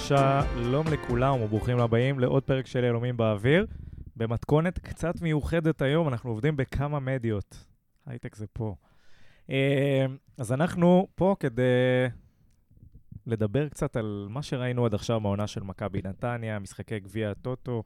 שלום לכולם וברוכים הבאים לעוד פרק של יהלומים באוויר. במתכונת קצת מיוחדת היום, אנחנו עובדים בכמה מדיות. הייטק זה פה. אז אנחנו פה כדי לדבר קצת על מה שראינו עד עכשיו מהעונה של מכבי נתניה, משחקי גביע הטוטו,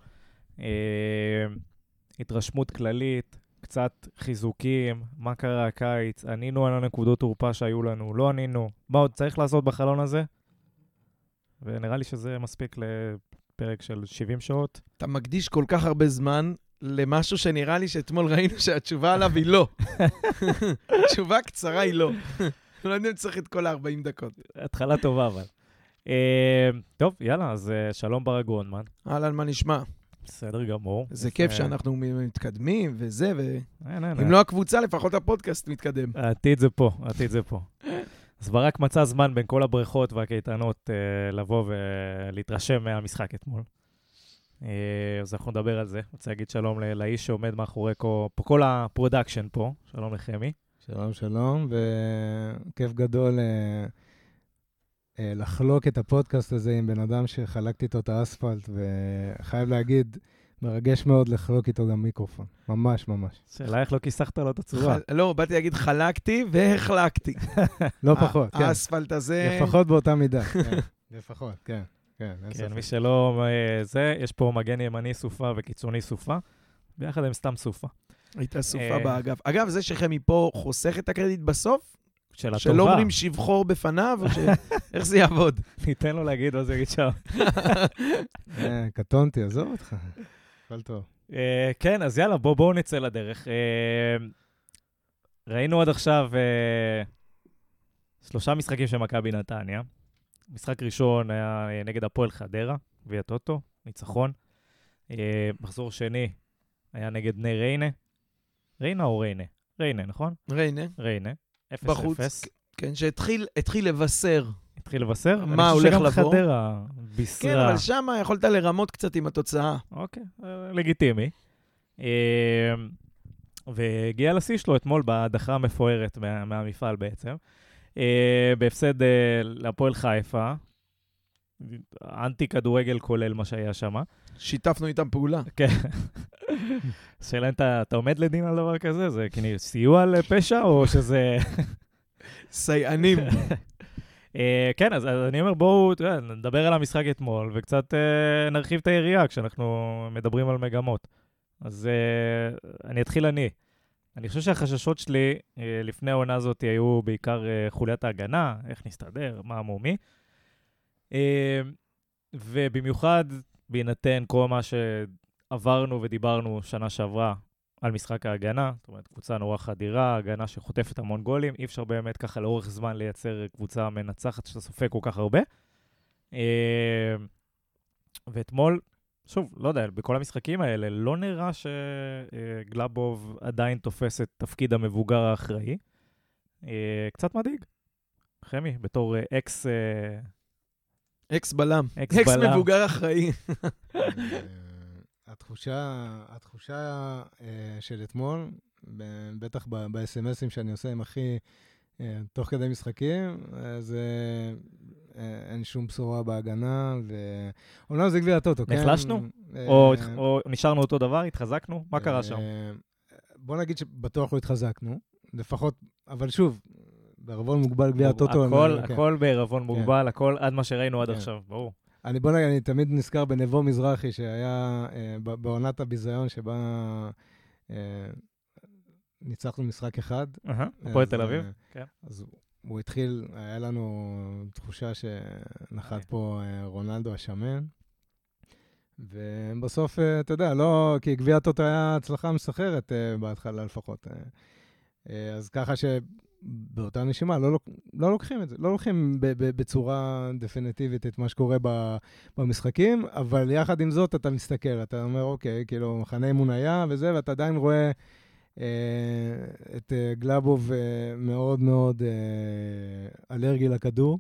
התרשמות כללית, קצת חיזוקים, מה קרה הקיץ, ענינו על הנקודות תורפה שהיו לנו, לא ענינו. מה עוד צריך לעשות בחלון הזה? ונראה לי שזה מספיק לפרק של 70 שעות. אתה מקדיש כל כך הרבה זמן למשהו שנראה לי שאתמול ראינו שהתשובה עליו היא לא. תשובה קצרה היא לא. לא יודע אם צריך את כל 40 דקות. התחלה טובה אבל. טוב, יאללה, אז שלום ברק גרונדמן. אהלן, מה נשמע? בסדר גמור. זה כיף שאנחנו מתקדמים וזה, אם לא הקבוצה, לפחות הפודקאסט מתקדם. העתיד זה פה, העתיד זה פה. אז ברק מצא זמן בין כל הבריכות והקייטנות לבוא ולהתרשם מהמשחק אתמול. אז אנחנו נדבר על זה. רוצה להגיד שלום לאיש שעומד מאחורי כל הפרודקשן פה. שלום לחמי. שלום, שלום, וכיף גדול לחלוק את הפודקאסט הזה עם בן אדם שחלקתי איתו את האספלט, וחייב להגיד, מרגש מאוד לחלוק איתו גם מיקרופון. ממש, ממש. שאלה איך לא כיסחת לו את הצורה. לא, באתי להגיד חלקתי והחלקתי. לא פחות, כן. האספלט הזה... לפחות באותה מידה. לפחות, כן. כן, מי שלא זה, יש פה מגן ימני סופה וקיצוני סופה, ביחד הם סתם סופה. הייתה סופה באגב. אגב, זה שחמי פה חוסך את הקרדיט בסוף? של הטובה. שלא אומרים שבחור בפניו, איך זה יעבוד? ניתן לו להגיד, אז יגיד שם. קטונתי, עזוב אותך. הכל טוב. כן, אז יאללה, בואו נצא לדרך. ראינו עד עכשיו 3 משחקים של מכבי נתניה. משחק ראשון היה נגד הפועל חדרה, גביע טוטו, ניצחון. מחזור שני היה נגד בני ריינה. ריינה או ריינה? ריינה, נכון? ריינה. ריינה. 0-0. בחוץ. כן, שהתחיל לבשר. התחיל לבשר? מה הולך לבוא? אני חושב שגם חדרה בישרה. כן, אבל שם יכולת לרמות קצת עם התוצאה. אוקיי, לגיטימי. והגיע לשיא שלו אתמול בהדחה המפוארת מהמפעל בעצם. בהפסד להפועל חיפה, אנטי כדורגל כולל מה שהיה שם. שיתפנו איתם פעולה. כן. שאלה אם אתה עומד לדין על דבר כזה? זה סיוע לפשע או שזה... סייענים. כן, אז אני אומר בואו נדבר על המשחק אתמול וקצת נרחיב את היריעה כשאנחנו מדברים על מגמות. אז אני אתחיל אני חושב שהחששות שלי לפני העונה הזאת היו בעיקר חוליית ההגנה, איך נסתדר, מה המומי. ובמיוחד בהינתן כל מה שעברנו ודיברנו שנה שעברה על משחק ההגנה, זאת אומרת, קבוצה נורא חדירה, הגנה שחוטפת המון גולים, אי אפשר באמת ככה לאורך זמן לייצר קבוצה מנצחת שסופג כל כך הרבה. ואתמול, שוב, לא יודע, בכל המשחקים האלה, לא נראה שגלאבוב עדיין תופס את תפקיד המבוגר האחראי. קצת מדאיג. חמי, בתור אקס בלם. אקס מבוגר אחראי. התחושה של אתמול, בטח ב-SMSים שאני עושה עם אחי תוך כדי משחקים, אז אין שום בשורה בהגנה, ואומנם זה גביע הטוטו, כן? נחלשנו? או נשארנו אותו דבר? התחזקנו? מה קרה שם? בוא נגיד שבטוח לא התחזקנו, לפחות, אבל שוב, בערבון מוגבל גביע הטוטו. הכל בערבון מוגבל, הכל עד מה שראינו עד עכשיו, ברור. אני תמיד נזכר בנבו מזרחי, שהיה בעונת הביזיון שבה ניצחנו משחק אחד. הפועל תל אביב. אז הוא התחיל, היה לנו תחושה שנחת פה רונלדו השמן, ובסוף, אתה יודע, לא, כי גביע הטוטו היה הצלחה מסחררת בהתחלה לפחות. אז ככה שבאותה נשימה לא לוקחים את זה, לא לוקחים בצורה דפיניטיבית את מה שקורה במשחקים, אבל יחד עם זאת אתה מסתכל, אתה אומר, אוקיי, כאילו מחנה אימון היה וזה, ואתה עדיין רואה את גלאבוב מאוד מאוד אלרגי לכדור,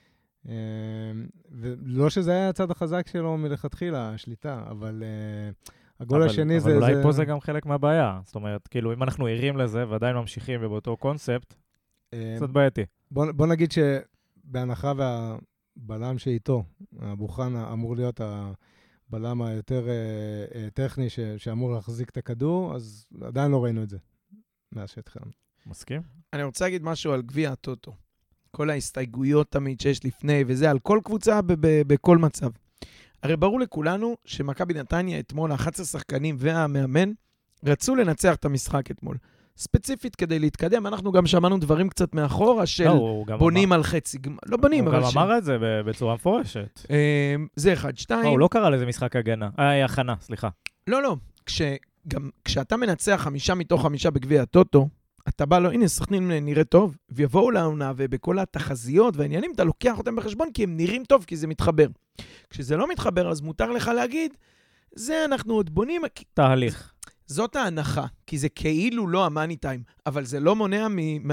ולא שזה היה הצד החזק שלו מלכתחילה, השליטה, אבל הגול השני זה... אבל אולי פה זה גם חלק מהבעיה. זאת אומרת, כאילו, אם אנחנו ערים לזה ועדיין ממשיכים ובאותו קונספט, קצת בעייתי. בוא נגיד שבהנחה הבלם שאיתו, הבוחנה, אמור להיות הבלם היותר טכני שאמור להחזיק את הכדור, אז עדיין לא ראינו את זה מאז שהתחלנו. מסכים? אני רוצה להגיד משהו על גביע הטוטו. כל ההסתייגויות תמיד שיש לפני, וזה על כל קבוצה בכל מצב. הרי ברור לכולנו שמכבי נתניה אתמול, 11 שחקנים והמאמן, רצו לנצח את המשחק אתמול. ספציפית כדי להתקדם, אנחנו גם שמענו דברים קצת מאחורה של בונים על חצי. לא בונים, אבל... הוא גם אמר את זה בצורה מפורשת. זה אחד, שתיים. הוא לא קרא לזה משחק הכנה, סליחה. לא. כשאתה מנצח 5 מתוך 5 בגביע הטוטו, אתה בא לו, הנה, סכנין נראה טוב, ויבואו לעונה, ובכל התחזיות והעניינים, אתה לוקח אותם בחשבון, כי הם נראים טוב, כי זה מתחבר. כשזה לא מתחבר, אז מותר לך להגיד, זה אנחנו עוד בונים... תהליך. זאת ההנחה, כי זה כאילו לא המאני טיים, אבל זה לא מונע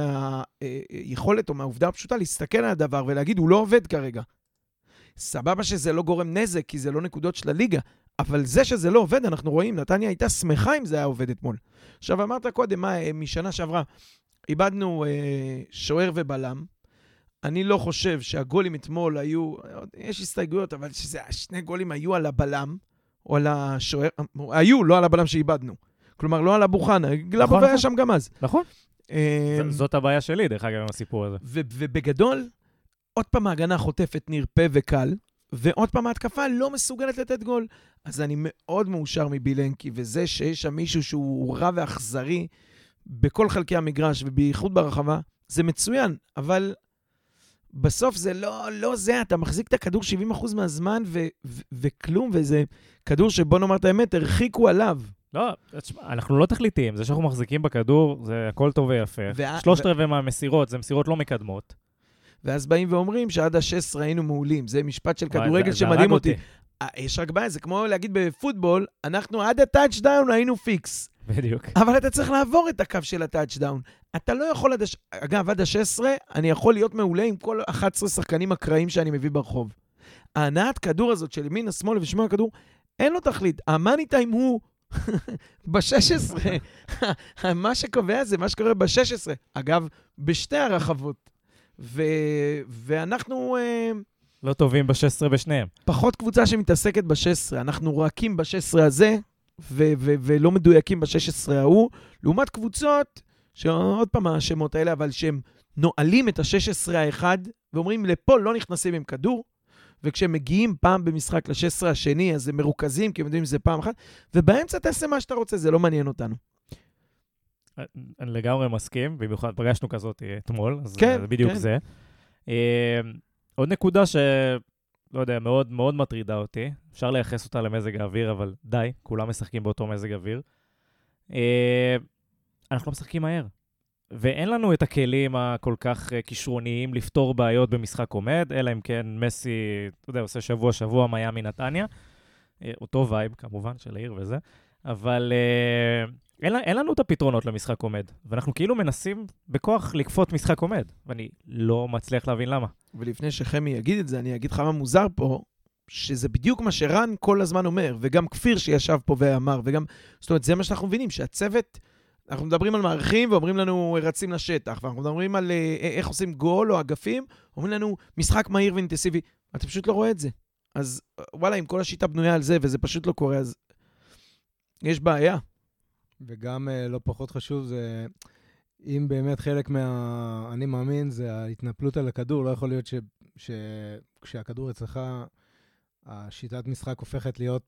מהיכולת או מהעובדה הפשוטה להסתכל על הדבר ולהגיד, הוא לא עובד כרגע. סבבה שזה לא גורם נזק, כי זה לא נקודות של הליגה, אבל זה שזה לא עובד, אנחנו רואים, נתניה הייתה שמחה אם זה היה עובד אתמול. עכשיו, אמרת קודם, משנה שעברה, איבדנו שוער ובלם, אני לא חושב שהגולים אתמול היו, יש הסתייגויות, אבל שני גולים היו על הבלם, או על השוער, היו, לא על הבלם שאיבדנו. כלומר, לא על הבוחנה, גלאבוב היה שם גם אז. נכון. זאת הבעיה שלי, דרך אגב, עם הסיפור הזה. ובגדול, עוד פעם ההגנה חוטפת נרפה וקל, ועוד פעם ההתקפה לא מסוגלת לתת גול. אז אני מאוד מאושר מבילנקי, וזה שיש שם מישהו שהוא רע ואכזרי בכל חלקי המגרש, ובייחוד ברחבה, זה מצוין, אבל בסוף זה לא זה, אתה מחזיק את הכדור 70% מהזמן וכלום, וזה כדור שבוא נאמר את האמת, הרחיקו עליו. לא, אנחנו לא תכליתיים, זה שאנחנו מחזיקים בכדור, זה הכל טוב ויפה. 3/4 מהמסירות, זה מסירות לא מקדמות. ואז באים ואומרים שעד ה-16 היינו מעולים, זה משפט של כדורגל שמדהים אותי. יש רק בעיה, זה כמו להגיד בפוטבול, אנחנו עד הטאצ'דאון היינו פיקס. בדיוק. אבל אתה צריך לעבור את הקו של הטאצ'דאון. אתה לא יכול, אגב, עד ה-16, אני יכול להיות מעולה עם כל 11 שחקנים אקראיים שאני מביא ברחוב. ההנעת כדור הזאת של ימין, השמאל ושמאל הכדור, אין לו תכלית. המאני טיים הוא ב-16. מה שקובע זה מה שקורה ב-16. אגב, בשתי הרחבות. ואנחנו... לא טובים ב-16 בשניהם. פחות קבוצה שמתעסקת ב-16. אנחנו רכים ב-16 הזה, ולא מדויקים ב-16 ההוא, לעומת קבוצות, שעוד פעם השמות האלה, אבל שהם נועלים את ה-16 האחד, ואומרים, לפה לא נכנסים עם כדור, וכשהם מגיעים פעם במשחק ל-16 השני, אז הם מרוכזים, כי הם יודעים שזה פעם אחת, ובאמצע תעשה מה שאתה רוצה, זה לא מעניין אותנו. אני לגמרי מסכים, במיוחד פגשנו כזאת אתמול, אז כן, זה בדיוק כן. זה. עוד נקודה לא יודע, מאוד מאוד מטרידה אותי, אפשר לייחס אותה למזג האוויר, אבל די, כולם משחקים באותו מזג אוויר. אנחנו לא משחקים מהר, ואין לנו את הכלים הכל כך כישרוניים לפתור בעיות במשחק עומד, אלא אם כן מסי, אתה יודע, עושה שבוע מיאמי נתניה, אותו וייב כמובן של העיר וזה, אבל אין לנו את הפתרונות למשחק עומד, ואנחנו כאילו מנסים בכוח לקפות משחק עומד, ואני לא מצליח להבין למה. ולפני שחמי יגיד את זה, אני אגיד לך מה מוזר פה, שזה בדיוק מה שרן כל הזמן אומר, וגם כפיר שישב פה ואמר, וגם, זאת אומרת, זה מה שאנחנו מבינים, שהצוות, אנחנו מדברים על מערכים, ואומרים לנו רצים לשטח, ואנחנו מדברים על איך עושים גול או אגפים, אומרים לנו משחק מהיר ואינטנסיבי, אתה פשוט לא רואה את זה. אז וואלה, אם כל השיטה בנויה על זה, וזה פשוט לא קורה, אז יש בעיה. וגם לא פחות חשוב זה, אם באמת חלק אני מאמין, זה ההתנפלות על הכדור, לא יכול להיות כשהכדור אצלך, השיטת משחק הופכת להיות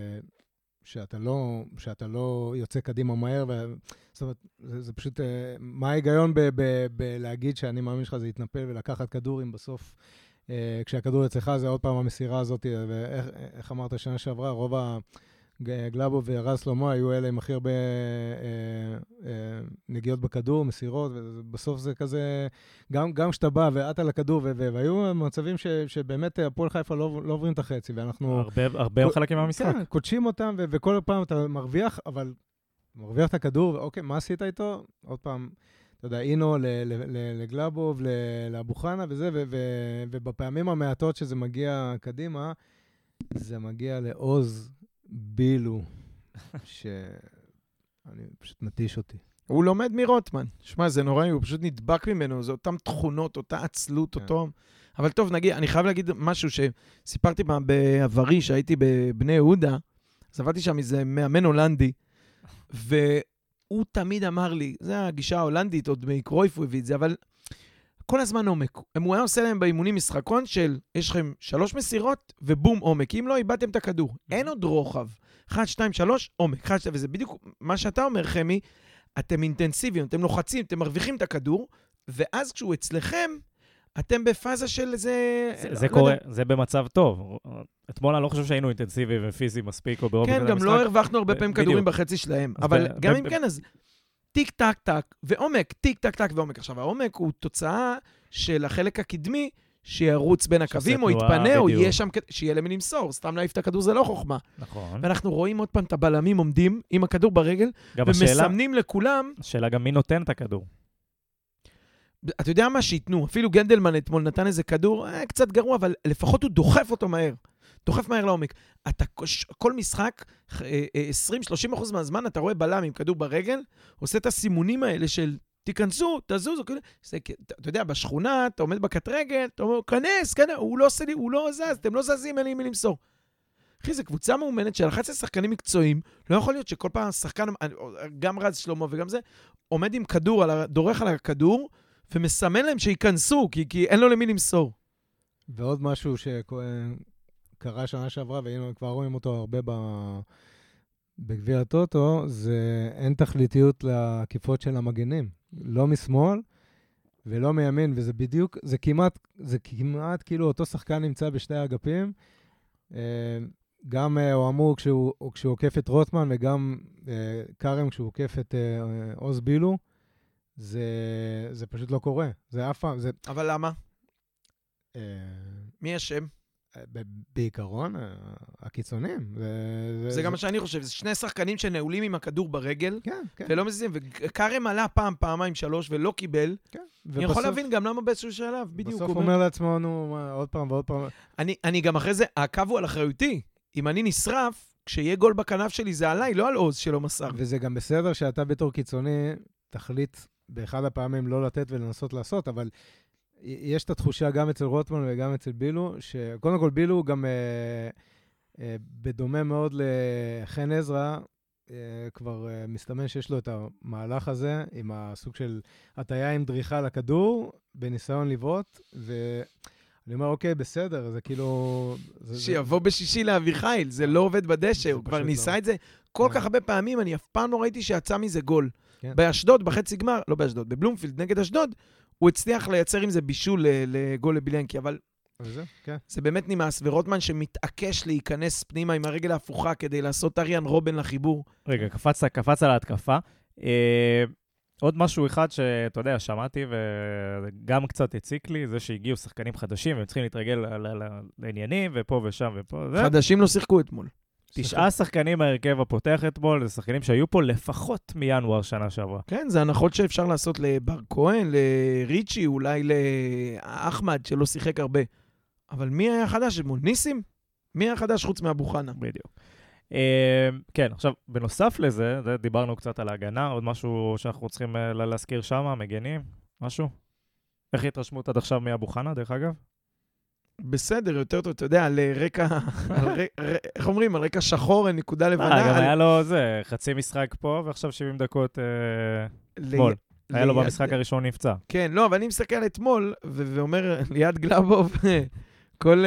שאתה לא יוצא קדימה מהר, זאת אומרת, זה פשוט, מה ההיגיון בלהגיד שאני מאמין שלך זה להתנפל ולקחת כדור, אם בסוף, כשהכדור אצלך זה עוד פעם המסירה הזאת, ואיך אמרת שנה שעברה, רוב גלאבוב ורז שלמה היו אלה עם הכי הרבה נגיעות בכדור, מסירות, ובסוף זה כזה, גם כשאתה בא ואת על הכדור, והיו מצבים שבאמת הפועל חיפה לא עוברים את החצי, ואנחנו... הרבה חלקים מהמשחק. כן, קודשים אותם, וכל פעם אתה מרוויח, אבל מרוויח את הכדור, ואוקיי, מה עשית איתו? עוד פעם, אתה יודע, אינו לגלאבוב, לאבוחנה וזה, ובפעמים המעטות שזה מגיע קדימה, זה מגיע לעוז בילו, שאני פשוט מתיש אותי. הוא לומד מרוטמן. שמע, זה נורא, הוא פשוט נדבק ממנו, זה אותם תכונות, אותה עצלות, אותו... אבל טוב, נגיד, אני חייב להגיד משהו שסיפרתי בעברי, שהייתי בבני יהודה, אז עבדתי שם איזה מאמן הולנדי, והוא תמיד אמר לי, זה הגישה ההולנדית, עוד מקרויף הוא הביא את זה, אבל כל הזמן עומק. הוא היה עושה להם באימונים משחקון של, יש לכם 3 מסירות ובום עומק. אם לא, איבדתם את הכדור. אין עוד רוחב. 1, 2, 3, עומק. 1, 2, וזה בדיוק מה שאתה אומר, חמי, אתם אינטנסיביים, אתם לוחצים, אתם מרוויחים את הכדור, ואז כשהוא אצלכם, אתם בפאזה של איזה... זה קורה, זה במצב טוב. אתמול אני לא חושב שהיינו אינטנסיביים ופיזיים מספיק, או ברוב כן, גם לא הרווחנו הרבה פעמים כדורים בחצי שלהם. אבל גם אם כן, אז טיק טק טק ועומק, טיק טק טק ועומק. עכשיו, העומק הוא תוצאה של החלק הקדמי, שירוץ בין הקווים, או יתפנה, או יהיה שם, שיהיה למי למסור. סתם להעיף את הכדור זה לא חוכמה. נכון. ואנחנו רואים עוד פעם את הבלמים עומדים עם הכדור ברגל, ומסמנים לכולם... השאלה גם מי נותן את הכדור. אתה יודע מה שיתנו, אפילו גנדלמן אתמול נתן איזה כדור, קצת גרוע, אבל לפחות הוא דוחף אותו מהר. דוחף מהר לעומק. אתה, כל משחק, 20-30% מהזמן, אתה רואה בלם עם כדור ברגל, עושה את הסימונים האלה של תיכנסו, תזוזו, אתה יודע, בשכונה, אתה עומד בקט רגל, אתה אומר, כנס, הוא לא עושה לי, הוא לא זז, אתם לא זזים, אין לי מי למסור. אחי, זו קבוצה מאומנת של 11 שחקנים מקצועיים, לא יכול להיות שכל פעם שחקן, גם רז שלמה וגם זה, עומד עם כדור, דורך על הכדור, ומסמן להם שיכנסו, כי אין לו למי למסור. ועוד משהו שקרה שנה שעברה, והיינו כבר רואים אותו הרבה בגביע הטוטו, זה אין תכליתיות לעקיפות של המגנים. לא משמאל ולא מימין, וזה בדיוק, זה כמעט כאילו אותו שחקן נמצא בשתי האגפים, גם הוא אמור כשהוא עוקף את רוטמן, וגם קרם כשהוא עוקף את עוז בילו, זה פשוט לא קורה. זה אף פעם, זה... אבל למה? מי השם? בעיקרון, הקיצונים. זה גם מה שאני חושב, זה 2 שחקנים שנעולים עם הכדור ברגל, כן, כן. ולא מזיזים, וקרם עלה פעמיים 3 ולא קיבל. כן. אני יכול להבין גם למה באיזשהו שלב, בדיוק. בסוף אומר לעצמו, נו, עוד פעם ועוד פעם. אני גם אחרי זה, הקו הוא על אחריותי. אם אני נשרף, כשיהיה גול בכנף שלי, זה עליי, לא על עוז שלא מסר. וזה גם בסדר שאתה בתור קיצוני תחליט באחד הפעמים לא לתת ולנסות לעשות, אבל יש את התחושה גם אצל רוטמן וגם אצל בילו, שקודם כל בילו גם בדומה מאוד לחן עזרא, כבר מסתמן שיש לו את המהלך הזה, עם הסוג של הטיה עם דריכה לכדור, בניסיון לבעוט, ואני אומר, אוקיי, בסדר, זה כאילו... שיבוא בשישי לאביחיל, זה לא עובד בדשא, הוא כבר ניסה את זה כל כך הרבה פעמים, אני אף פעם לא ראיתי שיצא מזה גול. באשדוד, בחצי גמר, לא באשדוד, בבלומפילד נגד אשדוד, הוא הצליח לייצר עם זה בישול לגול לבילנקי, אבל זה באמת נמאס, ורוטמן שמתעקש להיכנס פנימה עם הרגל ההפוכה כדי לעשות אריאן רובן לחיבור. רגע, קפץ על ההתקפה. עוד משהו אחד שאתה יודע, שמעתי וגם קצת הציק לי, זה שהגיעו שחקנים חדשים, והם צריכים להתרגל לעניינים, ופה ושם ופה. חדשים לא שיחקו אתמול. 9 שחקנים מהרכב הפותח אתמול, זה שחקנים שהיו פה לפחות מינואר שנה שעברה. כן, זה הנחות שאפשר לעשות לבר כהן, לריצ'י, אולי לאחמד, שלא שיחק הרבה. אבל מי היה חדש אתמול? ניסים? מי היה חדש חוץ מאבו חנה? בדיוק. כן, עכשיו, בנוסף לזה, דיברנו קצת על ההגנה, עוד משהו שאנחנו צריכים להזכיר שם, מגנים, משהו? איך התרשמות עד עכשיו מאבו חנה, דרך אגב? בסדר, יותר טוב, אתה יודע, על רקע, איך אומרים, על רקע שחור, נקודה לבנה. גם היה לו זה, חצי משחק פה, ועכשיו 70 דקות אתמול. היה לו במשחק הראשון נפצע. כן, לא, אבל אני מסתכל אתמול, ואומר, ליד גלאבוב, כל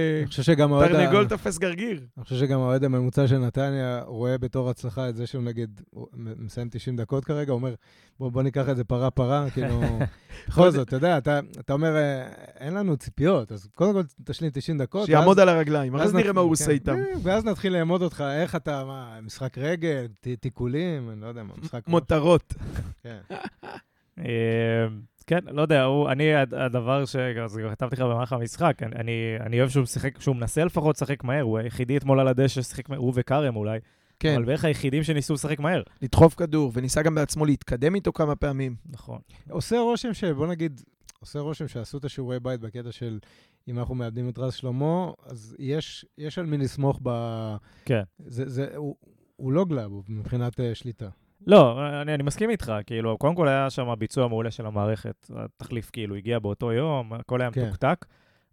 תרנגול תופס גרגיר. אני חושב שגם האוהד הממוצע של נתניה רואה בתור הצלחה את זה שהוא נגיד מסיים 90 דקות כרגע, הוא אומר, בוא ניקח את זה פרה, כאילו, בכל זאת, אתה יודע, אתה אומר, אין לנו ציפיות, אז קודם כל תשלים 90 דקות. שיעמוד על הרגליים, אז נראה מה הוא עושה איתם. ואז נתחיל לעמוד אותך, איך אתה, מה, משחק רגל, תיקולים, אני לא יודע מה, משחק... מותרות. כן. כן, לא יודע, אני, הדבר שכתבתי לך במהלך המשחק, אני אוהב שהוא מנסה לפחות לשחק מהר, הוא היחידי אתמול על הדשא ששיחק מהר, הוא וקרם אולי, אבל בערך היחידים שניסו לשחק מהר. לדחוף כדור, וניסה גם בעצמו להתקדם איתו כמה פעמים. נכון. עושה רושם בוא נגיד, שעשו את השיעורי בית בקטע של אם אנחנו מאבדים את רז שלמה, אז יש על מי לסמוך כן. הוא לא גלאבוב מבחינת שליטה. לא, אני מסכים איתך, כאילו, קודם כל היה שם ביצוע מעולה של המערכת, התחליף כאילו הגיע באותו יום, הכל היה מתוקתק,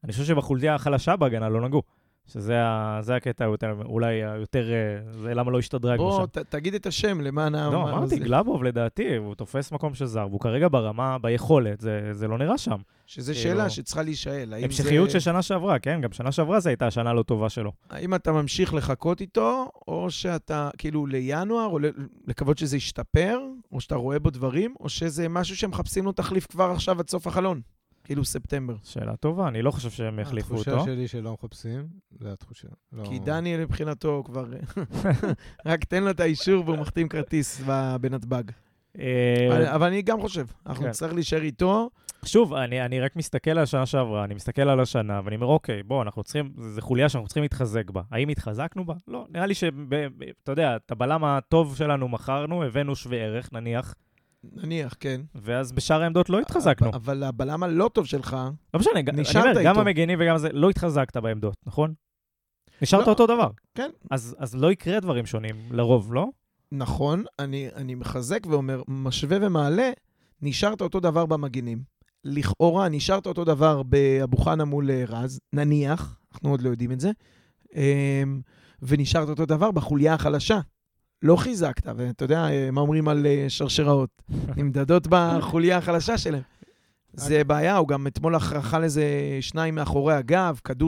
אני חושב שבחוליה החלשה בהגנה לא נגעו. שזה הקטע אולי יותר, זה למה לא השתדרגנו שם. בוא, תגיד את השם, למען לא, אמרתי, גלאבוב לדעתי, הוא תופס מקום של זר, והוא כרגע ברמה, ביכולת, זה לא נראה שם. שזה שאלה שצריכה להישאל. המשכיות של שנה שעברה, כן? גם שנה שעברה זה הייתה השנה לא טובה שלו. האם אתה ממשיך לחכות איתו, או שאתה כאילו לינואר, או לקוות שזה ישתפר, או שאתה רואה בו דברים, או שזה משהו שמחפשים לו תחליף כבר עכשיו עד סוף החלון? כאילו ספטמבר. שאלה טובה, אני לא חושב שהם יחליפו אותו. התחושה שלי שלא מחפשים, זה התחושה. כי דניאל מבחינתו כבר... רק תן לו את האישור והוא מחתים כרטיס בנתב"ג. אבל אני גם חושב, אנחנו נצטרך להישאר איתו. שוב, אני רק מסתכל על השנה שעברה, אני מסתכל על השנה, ואני אומר, אוקיי, בוא, אנחנו צריכים, זו חוליה שאנחנו צריכים להתחזק בה. האם התחזקנו בה? לא, נראה לי אתה יודע, את הבלם הטוב שלנו מכרנו, הבאנו שווה ערך, נניח, כן. ואז בשאר העמדות לא התחזקנו. אבל הבלם הלא טוב שלך, לא משנה, נשארת איתו. גם המגנים וגם זה, לא התחזקת בעמדות, נכון? נשארת אותו דבר. כן. אז לא יקרה דברים שונים, לרוב, לא? נכון, אני מחזק ואומר, משווה ומעלה, נשארת אותו דבר במגנים. לכאורה, נשארת אותו דבר באבו חנה מול רז, נניח, אנחנו עוד לא יודעים את זה, ונשארת אותו דבר בחוליה החלשה. לא חיזקת, ואתה יודע מה אומרים על שרשראות, נמדדות בחוליה החלשה שלהם. זה בעיה, הוא גם אתמול אחרכה לזה 2 מאחורי הגב, כדור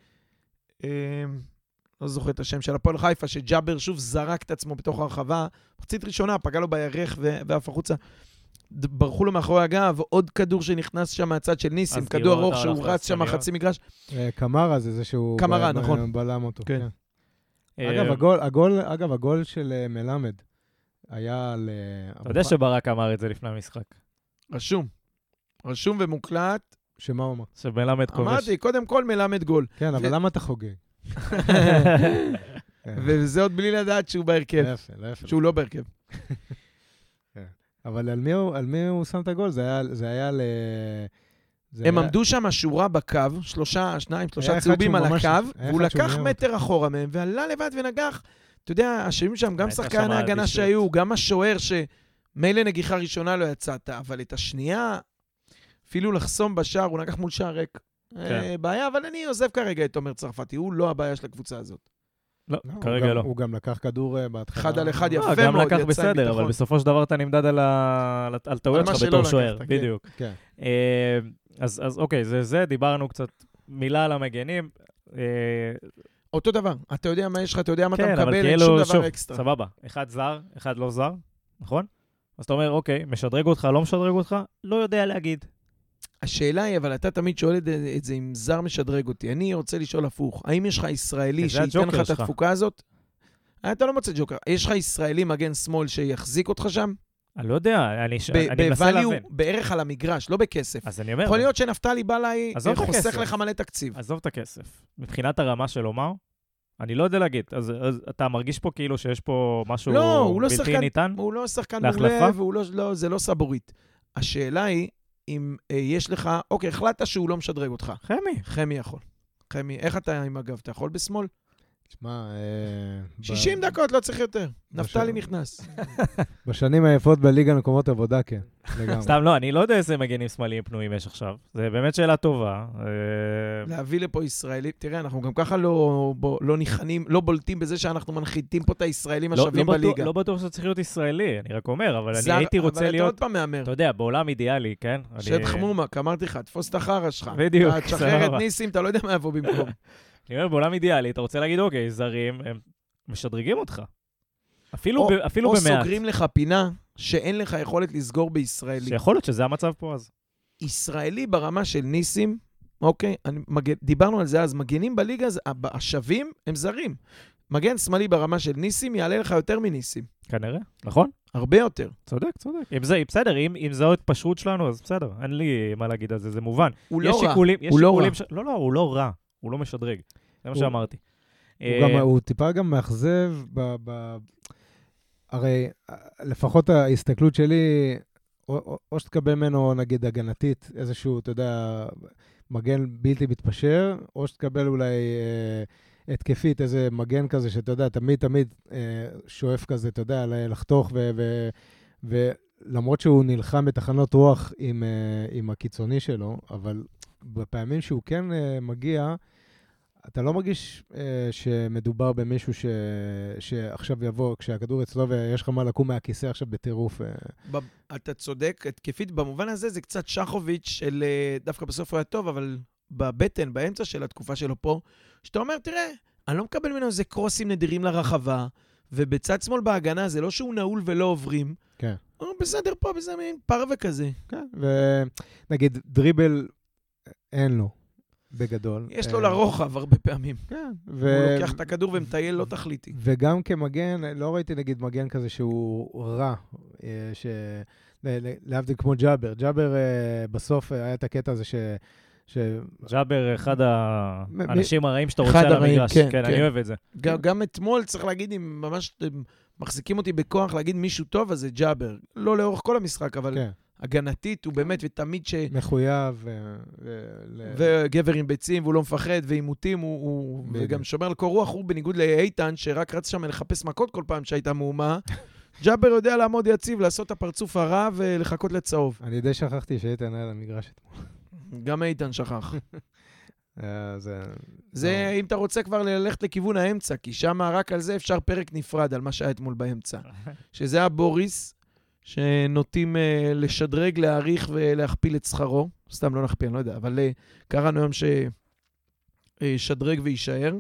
לא זוכר את השם של הפועל חיפה, שג'אבר שוב זרק את עצמו בתוך הרחבה, מחצית ראשונה, פגע לו בירך ואף החוצה, ברחו לו מאחורי הגב, עוד כדור שנכנס שם מהצד של ניסים, כדור ארוך שהוא רץ שם חצי מגרש. קמרה זה שהוא בלם אותו. כן. אגב, הגול של מלמד היה על... אתה יודע שברק אמר את זה לפני המשחק. רשום ומוקלט. שמה הוא אמר? שמלמד כובש. אמרתי, קודם כל מלמד גול. כן, אבל למה אתה חוגג? וזה עוד בלי לדעת שהוא בהרכב. לא יפה. שהוא לא בהרכב. אבל על מי הוא שם את הגול? זה היה ל... הם עמדו שם שורה בקו, 3 צהובים על הקו, והוא לקח מטר אחורה מהם, ועלה לבד ונגח. אתה יודע, השמים שם, גם שחקן ההגנה שהיו, גם השוער שמילא נגיחה ראשונה לא יצאת, אבל את השנייה, אפילו לחסום בשער, הוא נגח מול שער ריק. בעיה, אבל אני עוזב כרגע את תומר צרפתי, הוא לא הבעיה של הקבוצה הזאת. לא, כרגע לא. הוא גם לקח כדור בהתחלה. 1 על 1 יפה מאוד, גם לקח בסדר, אבל בסופו של דבר אתה נמדד על טעויות שלך בתור שוער, בדיוק. אז אוקיי, זה דיברנו קצת מילה על המגנים. אותו דבר, אתה יודע מה יש לך, אתה יודע מה אתה מקבל, אין שום דבר אקסטרה. סבבה, אחד זר, אחד לא זר, נכון? אז אתה אומר, אוקיי, משדרג אותך, לא משדרג אותך, לא יודע להגיד. השאלה היא, אבל אתה תמיד שואל את זה אם זר משדרג אותי. אני רוצה לשאול הפוך. האם יש לך ישראלי שייתן לך את התפוקה הזאת? אתה לא מוצא ג'וקר. יש לך ישראלי מגן שמאל שיחזיק אותך שם? אני לא יודע, אני מנסה להבין. בערך על המגרש, לא בכסף. אז אני אומר... יכול להיות שנפתלי בא לי, חוסך לך מלא תקציב. עזוב את הכסף. מבחינת הרמה של אומר, אני לא יודע להגיד. אז אתה מרגיש פה כאילו שיש פה משהו בלתי ניתן? הוא לא שחקן מעולה, וזה לא סבורית. השאלה היא, אם יש לך, אוקיי, החלטת שהוא לא משדרג אותך. חמי יכול. חמי, איך אתה עם אגב? אתה יכול בשמאל? תשמע, 60 דקות, לא צריך יותר. נפתלי נכנס. בשנים היפות בליגה מקומות עבודה, כן. סתם לא, אני לא יודע איזה מגנים שמאליים פנויים יש עכשיו. זה באמת שאלה טובה. להביא לפה ישראלים, תראה, אנחנו גם ככה לא ניחנים, לא בולטים בזה שאנחנו מנחיתים פה את הישראלים השווים בליגה. לא בטוח שצריך להיות ישראלי, אני רק אומר, אבל אני הייתי רוצה להיות... אבל אתה עוד פעם מאמר. אתה יודע, בעולם אידיאלי, כן? שד חמומק, אמרתי לך, תפוס את החרא שלך. בדיוק, סבבה. תשחרר את ניסים, אתה לא יודע מה יבוא במקום. אני אומר, בעולם אידיאלי, אתה רוצה להגיד, אוקיי, זרים, הם משדרגים אותך. אפילו במעט. או סוגרים לך פינה שאין לך יכולת לסגור בישראלי. שיכול להיות שזה המצב פה אז. ישראלי ברמה של ניסים, אוקיי, דיברנו על זה אז, מגנים בליגה, השווים הם זרים. מגן שמאלי ברמה של ניסים יעלה לך יותר מניסים. כנראה, נכון? הרבה יותר. צודק. בסדר, אם זו התפשרות שלנו, אז בסדר. אין לי מה להגיד על זה, זה מובן. הוא לא רע. הוא לא רע. לא, הוא לא רע. הוא לא משדרג. זה מה שאמרתי. הוא טיפה גם מאכזב, הרי לפחות ההסתכלות שלי, או שתקבל ממנו נגיד הגנתית, איזשהו, אתה יודע, מגן בלתי מתפשר, או שתקבל אולי התקפית, איזה מגן כזה שאתה יודע, תמיד שואף כזה, אתה יודע, לחתוך למרות שהוא נלחם בתחנות רוח עם הקיצוני שלו, אבל בפעמים שהוא כן מגיע, אתה לא מרגיש שמדובר במישהו שעכשיו יבוא, כשהכדור אצלו ויש לך מה לקום מהכיסא עכשיו בטירוף. אתה צודק, התקפית במובן הזה זה קצת שחוביץ' של דווקא בסוף הוא היה טוב, אבל בבטן, באמצע של התקופה שלו פה, שאתה אומר, תראה, אני לא מקבל ממנו איזה קרוסים נדירים לרחבה, ובצד שמאל בהגנה זה לא שהוא נעול ולא עוברים. כן. בסדר פה, בזה מין פרווה כזה. כן, ונגיד דריבל אין לו. בגדול. יש לו לרוחב הרבה פעמים. כן. הוא לוקח את הכדור ומטייל לא תכליתי. וגם כמגן, לא ראיתי נגיד מגן כזה שהוא רע, להבדיל כמו ג'אבר. ג'אבר בסוף היה את הקטע הזה ג'אבר אחד האנשים הרעים שאתה רוצה על המגרש. כן, אני אוהב את זה. גם אתמול צריך להגיד, אם ממש מחזיקים אותי בכוח להגיד מישהו טוב, אז זה ג'אבר. לא לאורך כל המשחק, אבל... הגנתית, הוא באמת, ותמיד מחויב. וגבר עם ביצים, והוא לא מפחד, ועימותים, וגם שומר על קור רוח, הוא בניגוד לאיתן, שרק רץ שם לחפש מכות כל פעם שהייתה מהומה. ג'אבר יודע לעמוד יציב, לעשות את הפרצוף הרע, ולחכות לצהוב. אני די שכחתי שאיתן היה למגרש אתמול. גם איתן שכח. זה, אם אתה רוצה כבר ללכת לכיוון האמצע, כי שם רק על זה אפשר פרק נפרד, על מה שהיה אתמול באמצע. שזה היה בוריס, שנוטים לשדרג, להעריך ולהכפיל את שכרו. סתם לא נכפיל, אני לא יודע, אבל קראנו היום ששדרג ויישאר.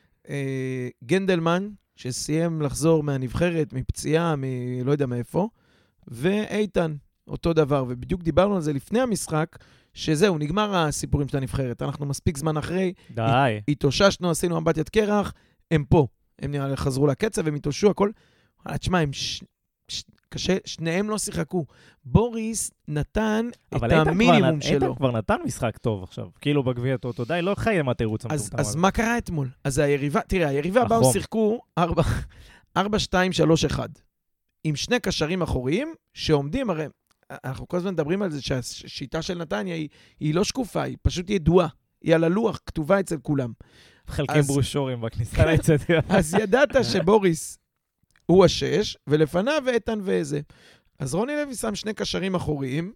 גנדלמן, שסיים לחזור מהנבחרת, מפציעה, לא יודע מאיפה, ואיתן, אותו דבר. ובדיוק דיברנו על זה לפני המשחק, שזהו, נגמר הסיפורים של הנבחרת. אנחנו מספיק זמן אחרי. די. התאוששנו, עשינו אמבטיית קרח, הם פה. הם נראה לי חזרו לקצב, הם התאוששו, הכל. תשמע, הם קשה, שניהם לא שיחקו. בוריס נתן את המינימום שלו. איתן כבר נתן משחק טוב עכשיו, כאילו בגביע אותו, די, לא חי עם התירוץ המטומטם. אז מה קרה אתמול? אז היריבה, תראה, היריבה באו שיחקו 4-2-3-1, עם שני קשרים אחוריים שעומדים, הרי אנחנו כל הזמן מדברים על זה שהשיטה של נתניה היא לא שקופה, היא פשוט ידועה, היא על הלוח, כתובה אצל כולם. חלקים ברושורים בכניסה לאצטדיון. אז ידעת שבוריס הוא השש, ולפניו איתן ואיזה. אז רוני לוי שם שני קשרים אחוריים,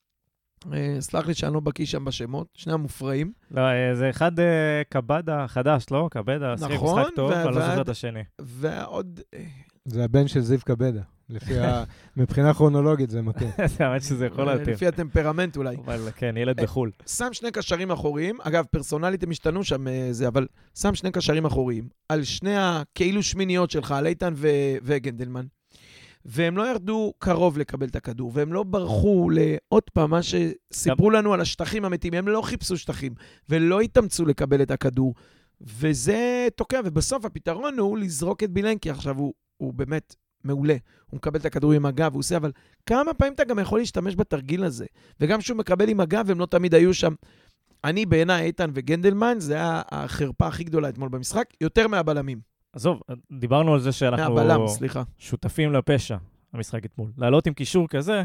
סלח לי שאני לא בקיא שם בשמות, שני המופרעים. לא, זה אחד קבדה חדש, לא? קבדה, שיחק משחק טוב, אבל לא זוכר את השני. ועוד... זה הבן של זיו קבדה. מבחינה כרונולוגית זה מתאים. זה האמת שזה יכול להתאים. לפי הטמפרמנט אולי. אבל כן, ילד בחול. שם שני קשרים אחוריים, אגב, פרסונלית הם השתנו שם זה, אבל שם שני קשרים אחוריים, על שני הכאילו שמיניות שלך, על איתן וגנדלמן, והם לא ירדו קרוב לקבל את הכדור, והם לא ברחו לעוד פעם מה שסיפרו לנו על השטחים המתים, הם לא חיפשו שטחים, ולא התאמצו לקבל את הכדור, וזה תוקע, ובסוף הפתרון הוא לזרוק את בילנקי, עכשיו הוא באמת מעולה, הוא מקבל את הכדור עם הגב, הוא עושה, אבל כמה פעמים אתה גם יכול להשתמש בתרגיל הזה, וגם שהוא מקבל עם הגב, הם לא תמיד היו שם. אני בעיניי, איתן וגנדלמן, זה היה החרפה הכי גדולה אתמול במשחק, יותר מהבלמים. עזוב, דיברנו על זה שאנחנו מהבלם, סליחה. שותפים לפשע, המשחק אתמול. לעלות עם קישור כזה,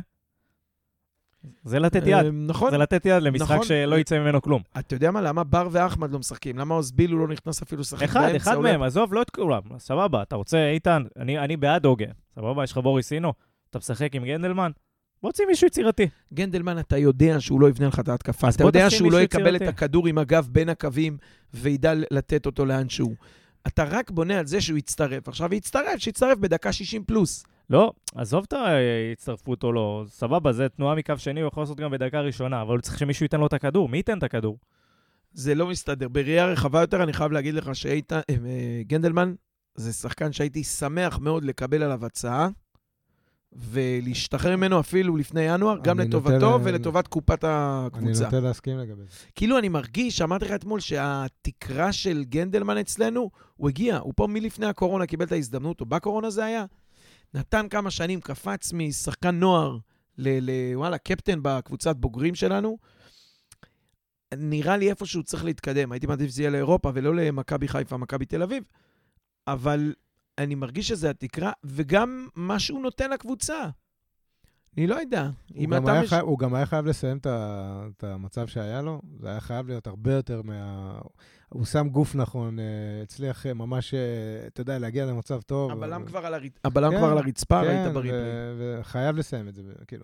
זה לתת יד. נכון. זה לתת יד למשחק שלא יצא ממנו כלום. אתה יודע מה? למה בר ואחמד לא משחקים? למה אוסביל הוא לא נכנס אפילו לשחק באמצע? אחד מהם, עזוב, לא את כולם. סבבה, אתה רוצה, איתן, אני בעד אוגן. סבבה, יש לך בוריסינו, אתה משחק עם גנדלמן, בוא תוציא מישהו יצירתי. גנדלמן, אתה יודע שהוא לא יבנה לך את ההתקפה. אתה יודע שהוא לא יקבל את הכדור עם הגב בין הקווים, וידע לתת אותו לאן שהוא. אתה רק בונה על זה שהוא יצטרף. עכשיו שיצטרף בדקה 60 פלוס. לא, עזוב את ההצטרפות או לא. סבבה, זה תנועה מקו שני, הוא יכול לעשות גם בדקה ראשונה, אבל הוא צריך שמישהו ייתן לו את הכדור. מי ייתן את הכדור? זה לא מסתדר. בראייה רחבה יותר, אני חייב להגיד לך גנדלמן זה שחקן שהייתי שמח מאוד לקבל עליו הצעה, ולהשתחרר ממנו אפילו לפני ינואר, גם לטובתו ולטובת קופת הקבוצה. אני נוטה להסכים לגבי זה. כאילו אני מרגיש, אמרתי לך אתמול, שהתקרה של גנדלמן אצלנו, הוא הגיע, הוא פה מלפני הקורונה קיבל את ההזדמנות, או בקורונה זה היה, נתן כמה שנים, קפץ משחקן נוער וואלה, קפטן בקבוצת בוגרים שלנו, נראה לי איפה שהוא צריך להתקדם, הייתי מעדיף שזה יהיה לאירופה ולא למכבי חיפה, מכבי תל אביב, אבל אני מרגיש שזה התקרה, וגם מה שהוא נותן לקבוצה. אני לא יודע. הוא גם היה חייב לסיים את המצב שהיה לו, זה היה חייב להיות הרבה יותר הוא שם גוף נכון, הצליח ממש, אתה יודע, להגיע למצב טוב. הבלם כבר על הרצפה, ראית בריפלי. וחייב לסיים את זה, כאילו...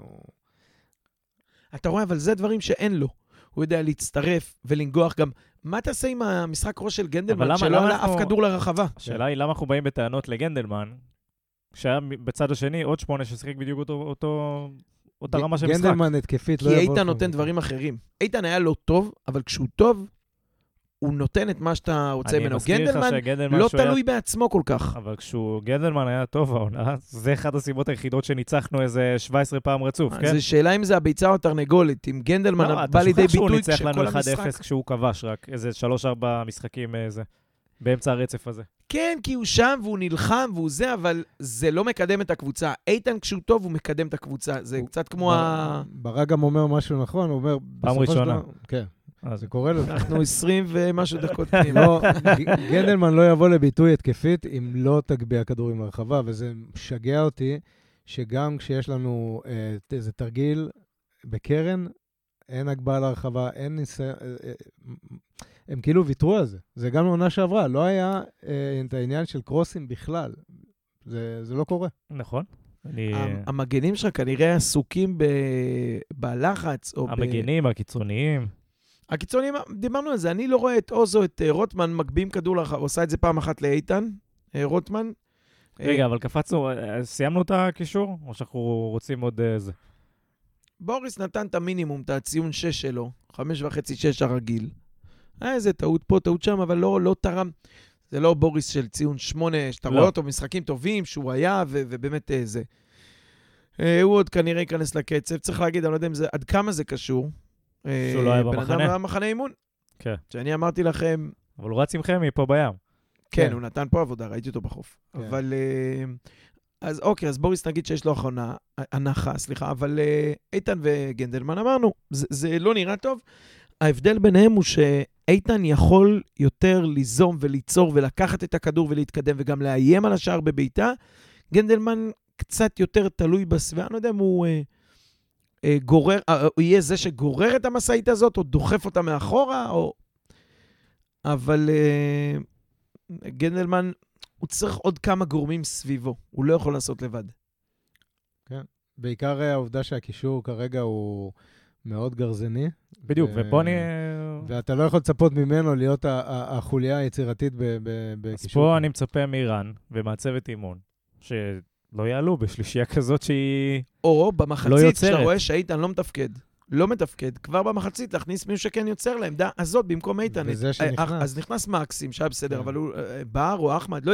אתה רואה, אבל זה דברים שאין לו. הוא יודע להצטרף ולנגוח גם. מה תעשה עם המשחק ראש של גנדלמן, שלא עלה אף כדור לרחבה? השאלה היא, למה אנחנו באים בטענות לגנדלמן, כשהיה בצד השני עוד 8 ששיחק בדיוק אותה רמה של משחק. גנדלמן התקפית לא כי יבוא... איתן נותן דברים אחרים. איתן היה לא טוב, אבל כשהוא טוב, הוא נותן את מה שאתה רוצה ממנו. גנדלמן לא תלוי בעצמו כל כך. אבל גנדלמן היה טוב העונה, זה אחד הסיבות היחידות שניצחנו איזה 17 פעם רצוף, כן? זו שאלה אם זה הביצה או התרנגולת. אם גנדלמן בא לידי ביטוי כשכל המשחק... לא, אתה שוכח שהוא ניצח לנו 1-0 כשהוא כבש רק איזה 3-4 משחקים באמצע הרצף הזה. כן, כי הוא שם והוא נלחם והוא זה, אבל זה לא מקדם את הקבוצה. איתן כשהוא טוב הוא מקדם את הקבוצה. זה קצת כמו ברק גם אומר משהו נכון, הוא אומר... פעם ראשונה. כן. זה קורה לו. אנחנו 20 ומשהו דקות פנימה. גנדלמן לא יבוא לביטוי התקפית אם לא תגביה כדורים לרחבה, וזה משגע אותי שגם כשיש לנו איזה תרגיל בקרן, אין הגבהה לרחבה, אין ניסיון... הם כאילו ויתרו על זה. זה גם לעונה שעברה. לא היה את העניין של קרוסים בכלל. זה לא קורה. נכון. המגנים שלך כנראה עסוקים בלחץ. המגנים, הקיצוניים. הקיצוניים, דיברנו על זה. אני לא רואה את אוזו, את רוטמן, מגביהים כדור לרחבה. עושה את זה פעם אחת לאיתן, רוטמן. רגע, אבל קפצנו, סיימנו את הקישור? או שאנחנו רוצים עוד זה? בוריס נתן את המינימום, את הציון 6 שלו. 5.5-6 הרגיל. איזה טעות פה, טעות שם, אבל לא תרם. זה לא בוריס של ציון 8, שאתה רואה אותו במשחקים טובים, שהוא היה, ובאמת זה. הוא עוד כנראה ייכנס לקצב. צריך להגיד, אני לא יודע עד כמה זה קשור. שהוא לא היה במחנה. בן אדם במחנה אימון. כן. שאני אמרתי לכם... אבל הוא רץ עם חמי פה בים. כן, הוא נתן פה עבודה, ראיתי אותו בחוף. אבל... אז אוקיי, אז בוריס נגיד שיש לו הנחה, סליחה, אבל איתן וגנדלמן אמרנו, זה לא נראה טוב. ההבדל ביניהם הוא שאיתן יכול יותר ליזום וליצור ולקחת את הכדור ולהתקדם וגם לאיים על השער בביתה. גנדלמן קצת יותר תלוי בסביבה, אני לא יודע אם הוא גורר, הוא יהיה זה שגורר את המסעית הזאת או דוחף אותה מאחורה, אבל גנדלמן הוא צריך עוד כמה גורמים סביבו, הוא לא יכול לעשות לבד. כן, בעיקר העובדה שהקישור כרגע הוא... מאוד גרזני. בדיוק, ופה אני... ואתה לא יכול לצפות ממנו להיות החוליה היצירתית בקישור. אז פה אני מצפה מאיראן ומהצוות אימון, שלא יעלו בשלישייה כזאת שהיא או במחצית, שאתה רואה שאיתן לא מתפקד, כבר במחצית להכניס מישהו שכן יוצר לעמדה הזאת במקום איתן. וזה שנכנס. אז נכנס מקסים, שהיה בסדר, אבל הוא בר או אחמד,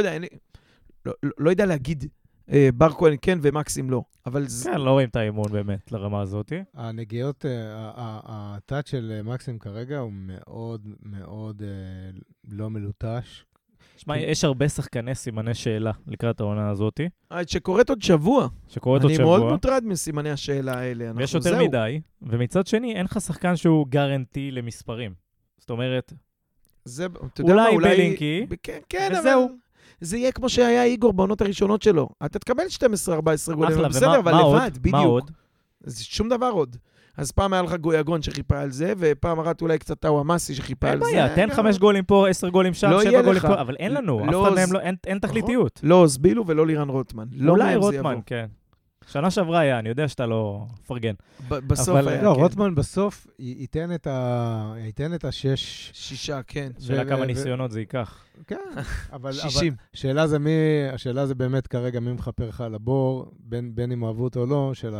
לא יודע להגיד בר כהן כן ומקסים לא. כן, לא רואים את האימון באמת לרמה הזאת. הנגיעות, הטאט של מקסים כרגע הוא מאוד מאוד לא מלוטש. שמע, יש הרבה שחקני סימני שאלה לקראת העונה הזאת. שקורית עוד שבוע. אני מאוד מוטרד מסימני השאלה האלה. ויש יותר מדי, ומצד שני אין לך שחקן שהוא גרנטי למספרים. זאת אומרת, אולי בלינקי, וזהו. זה יהיה כמו שהיה איגור בעונות הראשונות שלו. אתה תקבל 12-14 גולים, בסדר, אבל לבד, בדיוק. מה עוד? זה שום דבר עוד. אז פעם היה לך גויגון שחיפה על זה, ופעם אחת אולי קצת טאו המאסי שחיפה על זה. אין בעיה, תן 5 גולים פה, 10 גולים שם, 7 גולים פה, אבל אין לנו, אף אחד מהם אין תכליתיות. לא אוסבילו ולא לירן רוטמן. אולי רוטמן, כן. שנה שעברה היה, אני יודע שאתה לא פרגן. בסוף היה, כן. לא, רוטמן בסוף ייתן את 6, כן. שאלה כמה ניסיונות זה ייקח. כן, אבל 60. השאלה זה באמת כרגע מי מחפר לך על הבור, בין אם אוהבו אותו או לא, של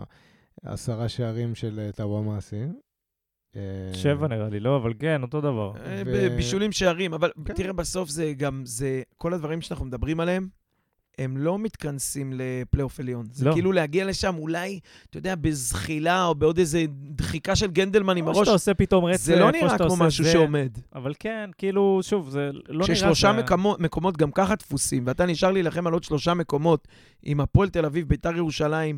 10 שערים של טאו המאסי. 7 נראה לי, לא, אבל כן, אותו דבר. בישולים שערים, אבל תראה, בסוף זה גם, כל הדברים שאנחנו מדברים עליהם, הם לא מתכנסים לפלייאוף עליון. זה כאילו להגיע לשם, אולי, אתה יודע, בזחילה, או בעוד איזה דחיקה של גנדלמן עם הראש. או שאתה עושה פתאום רצף, זה לא נראה כמו משהו שעומד. אבל כן, כאילו, שוב, זה לא נראה... ששלושה מקומות גם ככה דפוסים, ואתה נשאר להילחם על עוד 3 מקומות, עם הפועל תל אביב, ביתר ירושלים,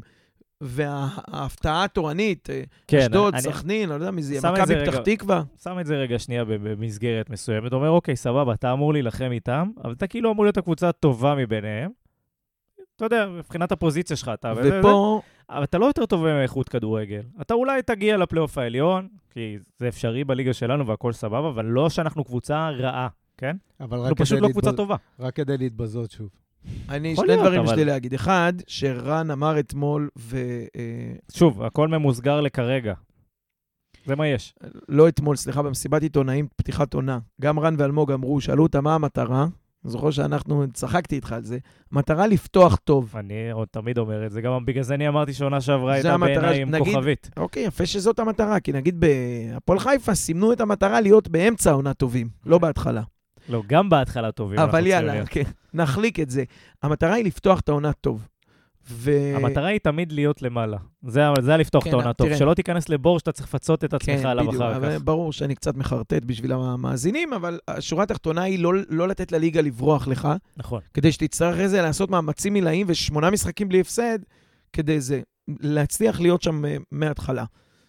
וההפתעה התורנית, אשדוד, סכנין, לא יודע מי זה, מכבי פתח תקווה. שם את זה רגע שנייה במסגרת מסוימת. אתה אומר, אוקיי, סבבה, אתה אמור להילחם איתם, אבל אתה כאילו אמור להיות הקבוצה הטובה מביניהם. אתה יודע, מבחינת הפוזיציה שלך, אתה... ופה... אבל אתה לא יותר טוב מאיכות כדורגל. אתה אולי תגיע לפלייאוף העליון, כי זה אפשרי בליגה שלנו והכל סבבה, אבל לא שאנחנו קבוצה רעה, כן? אנחנו פשוט לא קבוצה טובה. רק כדי להתבזות שוב. שני דברים יש לי להגיד. אחד, שרן אמר אתמול, שוב, הכל ממוסגר לכרגע. זה מה יש. לא אתמול, סליחה, במסיבת עיתונאים, פתיחת עונה. גם רן ואלמוג אמרו, שאלו אותה מה המטרה, זוכר שאנחנו, צחקתי איתך על זה, מטרה לפתוח טוב. אני תמיד אומר את זה, גם בגלל זה אני אמרתי שעונה שעברה הייתה בעיניי עם כוכבית. אוקיי, יפה שזאת המטרה, כי נגיד בהפועל חיפה סימנו את המטרה להיות באמצע העונה טובים, לא בהתחלה. לא, גם בהתחלה טובים. אבל יאללה, כן, נחליק את זה. המטרה היא לפתוח את העונה טוב. המטרה היא תמיד להיות למעלה. זה היה לפתוח את העונה טוב. שלא תיכנס לבור שאתה צריך לפצות את עצמך עליו אחר כך. ברור שאני קצת מחרטט בשביל המאזינים, אבל השורה התחתונה היא לא לתת לליגה לברוח לך. נכון. כדי שתצטרך אחרי זה לעשות מאמצים מילאים ו8 משחקים בלי הפסד, כדי להצליח להיות שם מההתחלה.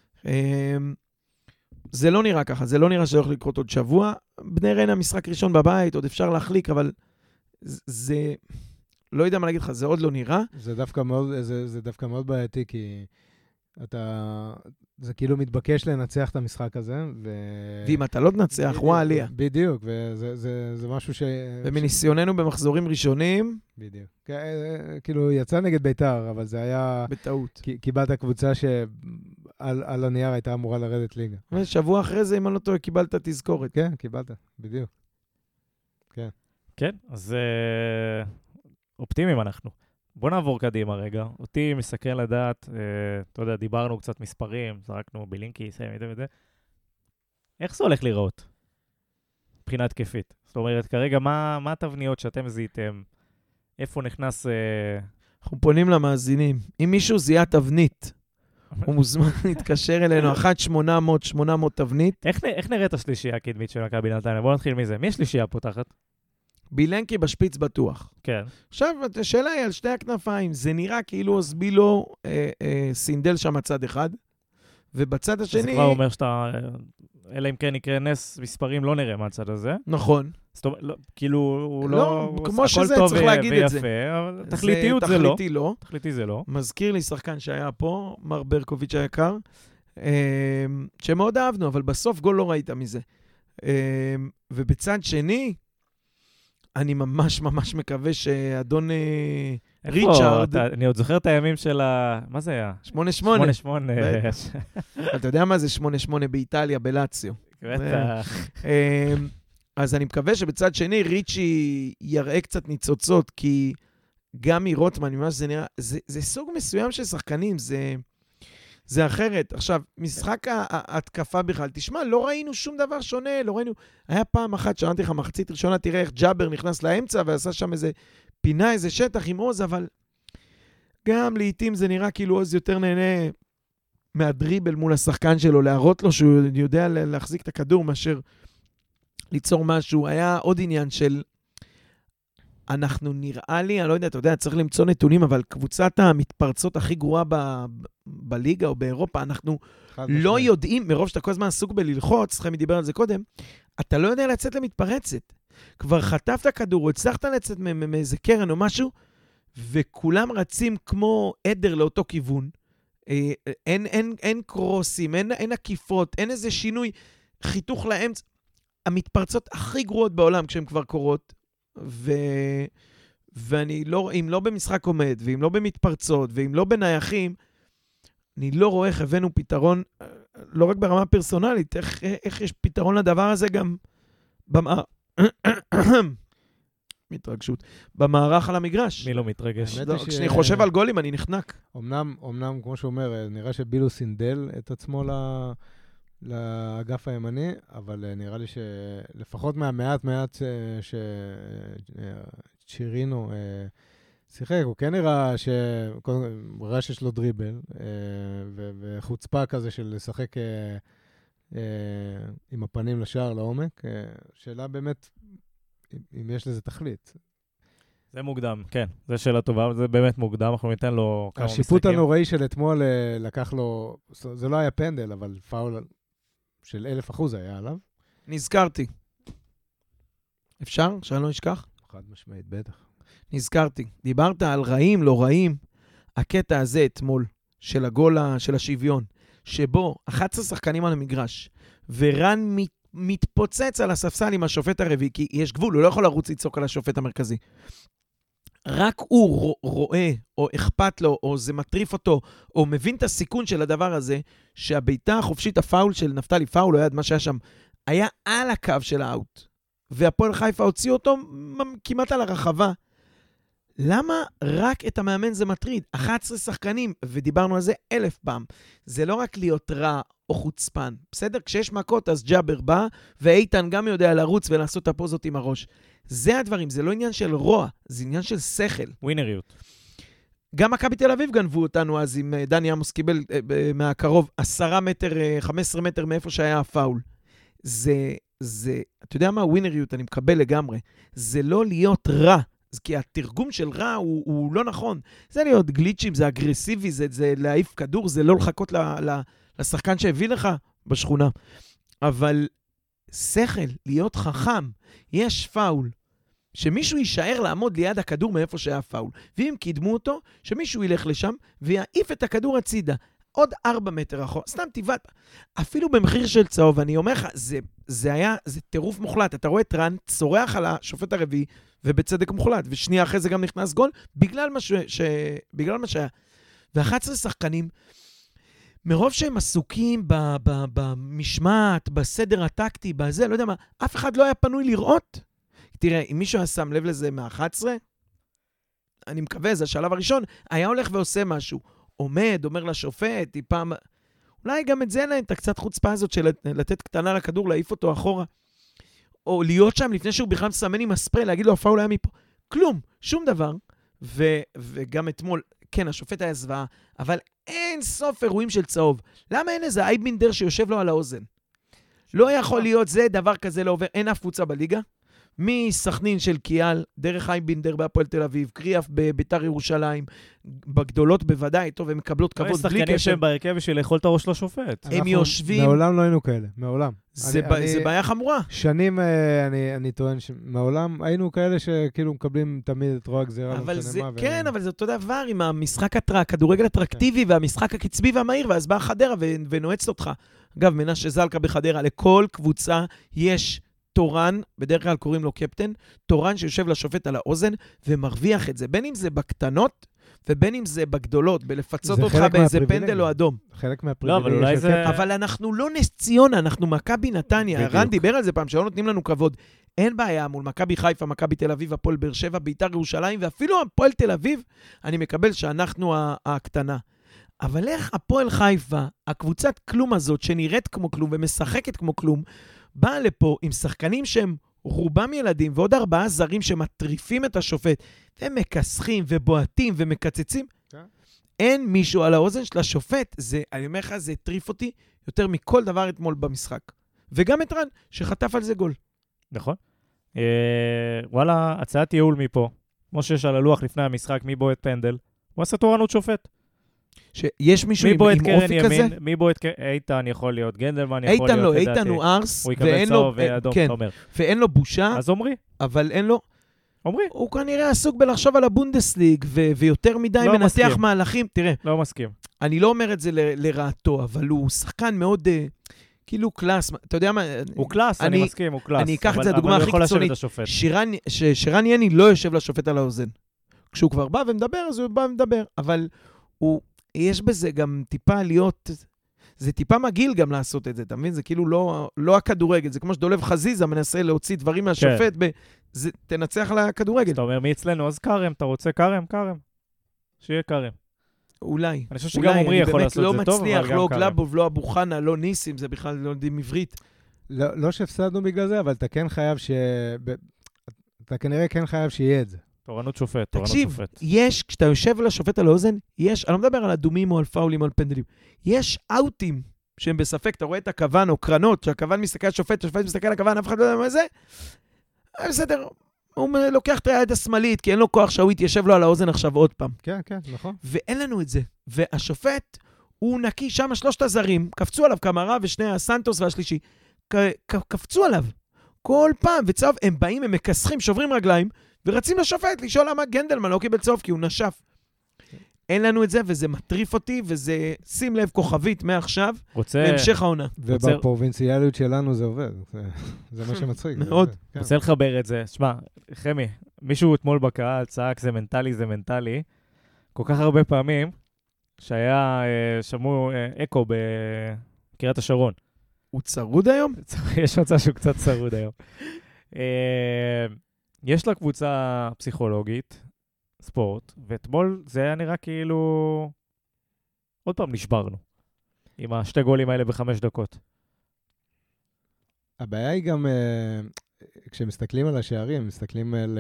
זה לא נראה ככה, זה לא נראה שהולך לקרות עוד שבוע. בני ריינה משחק ראשון בבית, עוד אפשר להחליק, אבל זה... לא יודע מה להגיד לך, זה עוד לא נראה. זה דווקא מאוד בעייתי, כי זה כאילו מתבקש לנצח את המשחק הזה. ואם אתה לא תנצח, וואה עליה. בדיוק, וזה משהו ומניסיוננו במחזורים ראשונים. בדיוק. כאילו יצא נגד ביתר, אבל זה היה... בטעות. קיבלת קבוצה שעל הנייר הייתה אמורה לרדת ליגה. שבוע אחרי זה, אם אני לא טועה, קיבלת תזכורת. כן, קיבלת, בדיוק. כן. כן, אז... אופטימיים אנחנו. בוא נעבור קדימה רגע. אותי מסקרן לדעת, אתה יודע, דיברנו קצת מספרים, זרקנו בלינקי, איך זה הולך לראות? מבחינה התקפית. זאת אומרת, כרגע, מה התבניות שאתם זיהיתם? איפה נכנס... אנחנו פונים למאזינים. אם מישהו זיהה תבנית, הוא מוזמן להתקשר אלינו, 1-800-800 תבנית. איך נראית השלישייה הקדמית של מכבי נתניה? בוא נתחיל מזה. מי השלישייה פותחת? בילנקי בשפיץ בטוח. כן. עכשיו, השאלה היא על שתי הכנפיים. זה נראה כאילו אוסבילו סינדל שם מצד אחד, ובצד השני... זה כבר אומר שאתה... אלא אם כן יקרה נס, מספרים לא נראה מהצד הזה. נכון. זאת אומרת, כאילו, הוא לא... כמו שזה, צריך להגיד את זה. ויפה, אבל תכליתיות זה לא. תכליתי לא. תכליתי זה לא. מזכיר לי שחקן שהיה פה, מר ברקוביץ' היקר, שמאוד אהבנו, אבל בסוף גול לא ראית מזה. ובצד שני, אני ממש ממש מקווה שאדון ריצ'ארד... אני עוד זוכר את הימים של ה... מה זה היה? 8-8. 8-8. אתה יודע מה זה 8-8 באיטליה, בלאציו. בטח. אז אני מקווה שבצד שני ריצ'י יראה קצת ניצוצות, כי גם מרוטמן, ממש זה נראה... זה סוג מסוים של שחקנים, זה אחרת. עכשיו, משחק ההתקפה בכלל, תשמע, לא ראינו שום דבר שונה, לא ראינו... היה פעם אחת, שאמרתי לך, מחצית ראשונה, תראה איך ג'אבר נכנס לאמצע, ועשה שם איזה פינה, איזה שטח עם עוז, אבל גם לעתים זה נראה כאילו עוז יותר נהנה מהדריבל מול השחקן שלו, להראות לו שהוא יודע להחזיק את הכדור, מאשר ליצור משהו. היה עוד עניין של... אנחנו נראה לי, אני לא יודע, אתה יודע, צריך למצוא נתונים, אבל קבוצת המתפרצות הכי גרועה בליגה או באירופה, אנחנו לא יודעים, מרוב שאתה כל הזמן עסוק בללחוץ, חמי דיבר על זה קודם, אתה לא יודע לצאת למתפרצת. כבר חטפת כדור, או הצלחת לצאת מאיזה קרן או משהו, וכולם רצים כמו עדר לאותו כיוון. אין קרוסים, אין עקיפות, אין איזה שינוי, חיתוך לאמצע. המתפרצות הכי גרועות בעולם כשהן כבר קורות, ואני לא, אם לא במשחק עומד, ואם לא במתפרצות, ואם לא בנייחים, אני לא רואה איך הבאנו פתרון, לא רק ברמה פרסונלית, איך יש פתרון לדבר הזה גם מתרגשות, במערך על המגרש. מי לא מתרגש? כשאני חושב על גולים, אני נחנק. אמנם, כמו שאומר, נראה שבילו סינדל את עצמו לאגף הימני, אבל נראה לי שלפחות מהמעט שצ'ירינו שיחק, הוא כן נראה שיש לו דריבל, וחוצפה כזה של לשחק עם הפנים לשער לעומק. שאלה באמת, אם יש לזה תכלית. זה מוקדם, כן. זו שאלה טובה, אבל זה באמת מוקדם, אנחנו ניתן לו כמה משחקים. השיפוט הנוראי של אתמול לקח לו, זה לא היה פנדל, אבל פאול של 1000% היה עליו. נזכרתי. אפשר? שאני לא אשכח? חד משמעית, בטח. נזכרתי. דיברת על רעים, לא רעים. הקטע הזה אתמול, של הגול, של השוויון, שבו 11 שחקנים על המגרש, ורן מתפוצץ על הספסל עם השופט הרביעי, כי יש גבול, הוא לא יכול לרוץ לצעוק על השופט המרכזי. רק הוא רואה, או אכפת לו, או זה מטריף אותו, או מבין את הסיכון של הדבר הזה, שהביתה החופשית, הפאול של נפתלי, פאול, לא ידע מה שהיה שם, היה על הקו של האוט. והפועל חיפה הוציא אותו כמעט על הרחבה. למה רק את המאמן זה מטריד? 11 שחקנים, ודיברנו על זה 1000 פעם. זה לא רק להיות רע או חוצפן. בסדר? כשיש מכות, אז ג'אבר בא, ואיתן גם יודע לרוץ ולעשות את הפוזות עם הראש. זה הדברים, זה לא עניין של רוע, זה עניין של שכל. ווינריות. גם מכבי תל אביב גנבו אותנו אז, עם דני עמוס קיבל מהקרוב 10 מטר, 15 מטר מאיפה שהיה הפאול. זה, אתה יודע מה? ווינריות, אני מקבל לגמרי. זה לא להיות רע. כי התרגום של רע הוא לא נכון. זה להיות גליצ'ים, זה אגרסיבי, זה להעיף כדור, זה לא לחכות לשחקן שהביא לך בשכונה. אבל שכל, להיות חכם, יש פאול, שמישהו יישאר לעמוד ליד הכדור מאיפה שהיה פאול. ואם קידמו אותו, שמישהו ילך לשם ויעיף את הכדור הצידה. עוד 4 מטר אחורה, סתם טבעת. אפילו במחיר של צהוב, אני אומר לך, זה טירוף מוחלט. אתה רואה את רן צורח על השופט הרביעי, ובצדק מוחלט, ושנייה אחרי זה גם נכנס גול, בגלל מה שהיה. ו11 שחקנים, מרוב שהם עסוקים במשמעת, בסדר הטקטי, בזה, לא יודע מה, אף אחד לא היה פנוי לראות. תראה, אם מישהו היה שם לב לזה מ-11, אני מקווה, זה השלב הראשון, היה הולך ועושה משהו. אומר לשופט, טיפה, אולי גם את זה להם, את הקצת חוצפה הזאת של לתת קטנה לכדור, להעיף אותו אחורה. או להיות שם לפני שהוא בכלל מסמן עם הספרי, להגיד לו, הפאול היה מפה. כלום, שום דבר. וגם אתמול, כן, השופט היה זוועה, אבל אין סוף אירועים של צהוב. למה אין איזה אייבינדר שיושב לו על האוזן? לא יכול להיות זה, דבר כזה לא עובר. אין אף קבוצה בליגה. מסכנין של קיאל, דרך אייבינדר בהפועל תל אביב, קריאף בביתר ירושלים, בגדולות בוודאי, טוב, הם מקבלות כבוד בלי שחקנים שהם בהרכב בשביל לאכול את הראש לשופט. הם יושבים... מעולם לא היינו כאלה, מעולם. זה בעיה חמורה. שנים אני טוען שמעולם היינו כאלה שכאילו מקבלים תמיד את רוע הגזירה. כן, אבל זה אותו דבר עם המשחק הכדורגל הטרקטיבי והמשחק הקצבי והמהיר, ואז באה חדרה ונועצת אותך. אגב, מנשה זלקה בחדרה, לכל קבוצה יש תורן, בדרך כלל קוראים לו קפטן, תורן שיושב לשופט על האוזן ומרוויח את זה, בין אם זה בקטנות ובין אם זה בגדולות, בלפצות אותך באיזה פנדל או אדום. חלק מהפריבילגיה. לא, אבל אבל אנחנו לא נס ציונה, אנחנו מכבי נתניה. רן דיבר על זה פעם, שלא נותנים לנו כבוד. אין בעיה מול מכבי חיפה, מכבי תל אביב, הפועל באר שבע, ביתר ירושלים, ואפילו הפועל תל אביב, אני מקבל שאנחנו הקטנה. אבל איך הפועל חיפה, הקבוצת כלום הזאת, שנראית כמו כלום ומשחקת כמו כלום, באה לפה עם שחקנים שהם רובם ילדים, ועוד 4 זרים שמטריפים את השופט, והם מקסחים ובועטים ומקצצים. אין מישהו על האוזן של השופט. אני אומר לך, זה הטריף אותי יותר מכל דבר אתמול במשחק. וגם את רן, שחטף על זה גול. נכון. וואלה, הצעת ייעול מפה. כמו שיש על הלוח לפני המשחק, מי בועט פנדל? הוא עשה תורנות שופט. שיש מישהו עם אופי כזה? מי בועט איתן יכול להיות, גנדלמן יכול איתן להיות. איתן הוא ארס, הוא יקבל צהוב ואדום, כן, אתה אומר. ואין לו בושה. אז אומרי. אבל אין לו... אומרי. הוא כנראה עסוק בלחשוב על הבונדסליג, ויותר מדי מנתח מהלכים. תראה. לא מסכים. אני לא אומר את זה לרעתו, אבל הוא שחקן מאוד... כאילו קלאס, אתה יודע מה... הוא קלאס, אני מסכים, הוא קלאס. אני אקח את זה הדוגמה הכי קיצונית. שרן יני לא יושב לשופט על האוזן. כשהוא כבר בא ומדבר, אז הוא בא ומדבר. אבל יש בזה גם טיפה להיות... זה טיפה מגעיל גם לעשות את זה, אתה מבין? זה כאילו לא הכדורגל. זה כמו שדולב חזיזה מנסה להוציא דברים מהשופט, תנצח לכדורגל. אתה אומר, מי אצלנו? אז קרם, אתה רוצה קרם? קרם. שיהיה קרם. אולי. אני חושב שגם עומרי יכול לעשות את זה טוב, אבל גם קרם. לא גלבוב, לא אבו חנה, לא ניסים, זה בכלל לא יודעים עברית. לא שהפסדנו בגלל זה, אבל אתה כן חייב אתה כנראה כן חייב שיהיה את זה. תורנות שופט, תקשיב, יש, כשאתה יושב לשופט על האוזן, אני לא מדבר על אדומים או על פאולים או על פנדלים, יש אאוטים שהם בספק, אתה רואה את הכוון או קרנות, שהכוון מסתכל על שופט, השופט מסתכל על הכוון, אף אחד לא יודע מה זה, בסדר, הוא לוקח את היד השמאלית, כי אין לו כוח שהוא יתיישב לו על האוזן עכשיו עוד פעם. כן, כן, נכון. ואין לנו את זה. והשופט, הוא נקי, שם 3 הזרים, קפצו עליו כמרה, ושני הסנטוס והשלישי, קפצו עליו. כל פעם, וצהוב, הם באים, הם מקסחים, שוברים רגליים, ורצים לשופט לשאול למה גנדלמן לא קיבל צהוב, כי הוא נשף. אין לנו את זה, וזה מטריף אותי, וזה, שים לב, כוכבית מעכשיו, להמשך העונה. ובפרובינציאליות שלנו זה עובד. זה מה שמצחיק. מאוד. רוצה לחבר את זה. שמע, חמי, מישהו אתמול בקהל צעק, זה מנטלי, זה מנטלי. כל כך הרבה פעמים, שהיה, שמעו אקו בקריית השרון. הוא צרוד היום? יש מצב שהוא קצת צרוד היום. יש לה קבוצה פסיכולוגית, ספורט, ואתמול זה היה נראה כאילו... עוד פעם נשברנו. עם השתי גולים האלה ב5 דקות. הבעיה היא גם, כשמסתכלים על השערים, מסתכלים על...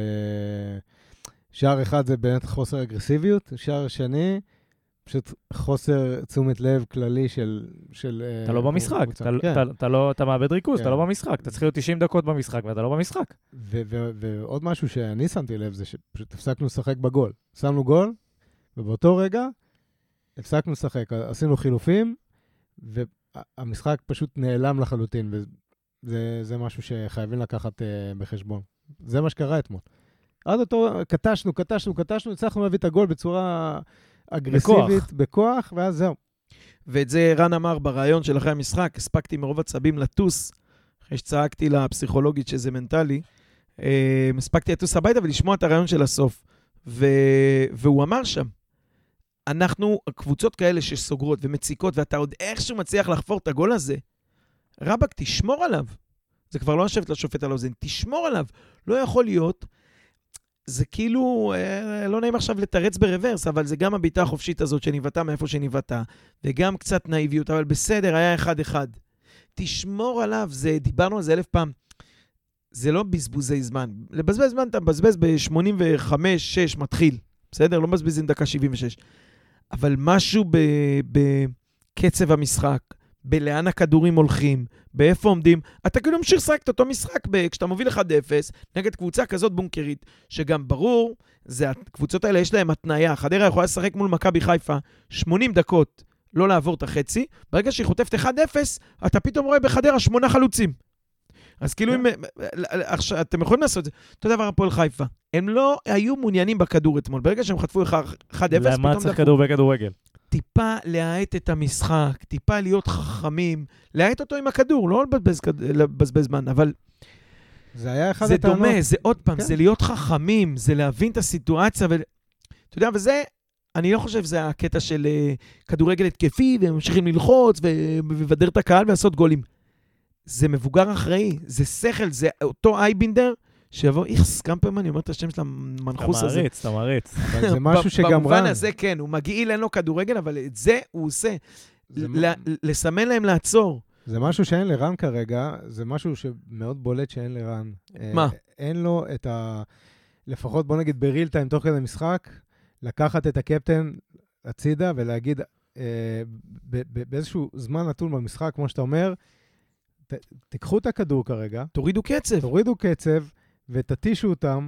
שער אחד זה באמת חוסר אגרסיביות, שער שני, פשוט חוסר תשומת לב כללי של... אתה לא במשחק, אתה מאבד ריכוז, אתה לא במשחק, אתה צריך להיות 90 דקות במשחק, ואתה לא במשחק. ועוד משהו שאני שמתי לב, זה שפשוט הפסקנו לשחק בגול. שמנו גול, ובאותו רגע הפסקנו לשחק, עשינו חילופים, והמשחק פשוט נעלם לחלוטין, וזה משהו שחייבים לקחת בחשבון. זה מה שקרה אתמול. עד אותו, קטשנו, הצלחנו להביא את הגול בצורה אגרסיבית, בכוח, ואז זהו. ואת זה רן אמר ברעיון של אחרי המשחק, הספקתי מרוב עצבים לטוס, אחרי שצעקתי לפסיכולוגית שזה מנטלי, הספקתי לטוס הביתה ולשמוע את הרעיון של הסוף. והוא אמר שם, אנחנו, קבוצות כאלה שסוגרות ומציקות, ואתה עוד איכשהו מצליח לחפור את הגול הזה, רבק, תשמור עליו. זה כבר לא יושבת לשופט על האוזן, תשמור עליו. לא יכול להיות, זה כאילו, לא נעים עכשיו לתרץ ברוורס, אבל זה גם הביתה החופשית הזאת שניבטה מאיפה שניבטה, וגם קצת נאיביות, אבל בסדר, היה 1-1. תשמור עליו, דיברנו על זה 1000 פעם. זה לא בזבוזי זמן. לבזבז זמן, אתה מבזבז ב-85-6 מתחיל. בסדר? לא מבזבזים דקה 76. אבל משהו בקצב המשחק, בלאן הכדורים הולכים, באיפה עומדים, אתה כאילו ממשיך לשחק את אותו משחק, כשאתה מוביל 1-0, נגד קבוצה כזאת בונקרית, שגם ברור, הקבוצות האלה יש להם התניה, חדרה יכולה לשחק מול מכבי חיפה, 80 דקות לא לעבור את החצי, ברגע שהיא חוטפת 1-0, אתה פתאום רואה בחדרה 8 חלוצים. אז כאילו, אתם יכולים לעשות את זה. אותו דבר הפועל חיפה. הם לא היו מעוניינים בכדור אתמול, ברגע שהם חטפו 1-0, למה צריך כדור בכדורגל? טיפה להעט את המשחק, טיפה להיות חכמים, להעט אותו עם הכדור, לא לבזבז זמן, אבל זה היה אחד זה הטענות. דומה, זה עוד פעם, זה להיות חכמים, זה להבין את הסיטואציה, אתה יודע, וזה, אני לא חושב שזה הקטע של כדורגל התקפי, והם ממשיכים ללחוץ, ובדר את הקהל ולעשות גולים. זה מבוגר אחראי, זה שכל, זה אותו אייבינדר, שיבוא, כמה פעמים אני אומר את השם של המנחוס הזה. אתה מעריץ. זה משהו שגם רן. במובן הזה כן, הוא מגעיל, אין לו כדורגל, אבל את זה הוא עושה. לסמן להם לעצור. זה משהו שאין לרן כרגע, זה משהו שמאוד בולט שאין לרן. מה? אין לו את לפחות בוא נגיד בריל טיים, תוך כדי משחק, לקחת את הקפטן הצידה ולהגיד, באיזשהו זמן נתון במשחק, כמו שאתה אומר, תיקחו את הכדור כרגע. תורידו קצב. ותתישו אותם,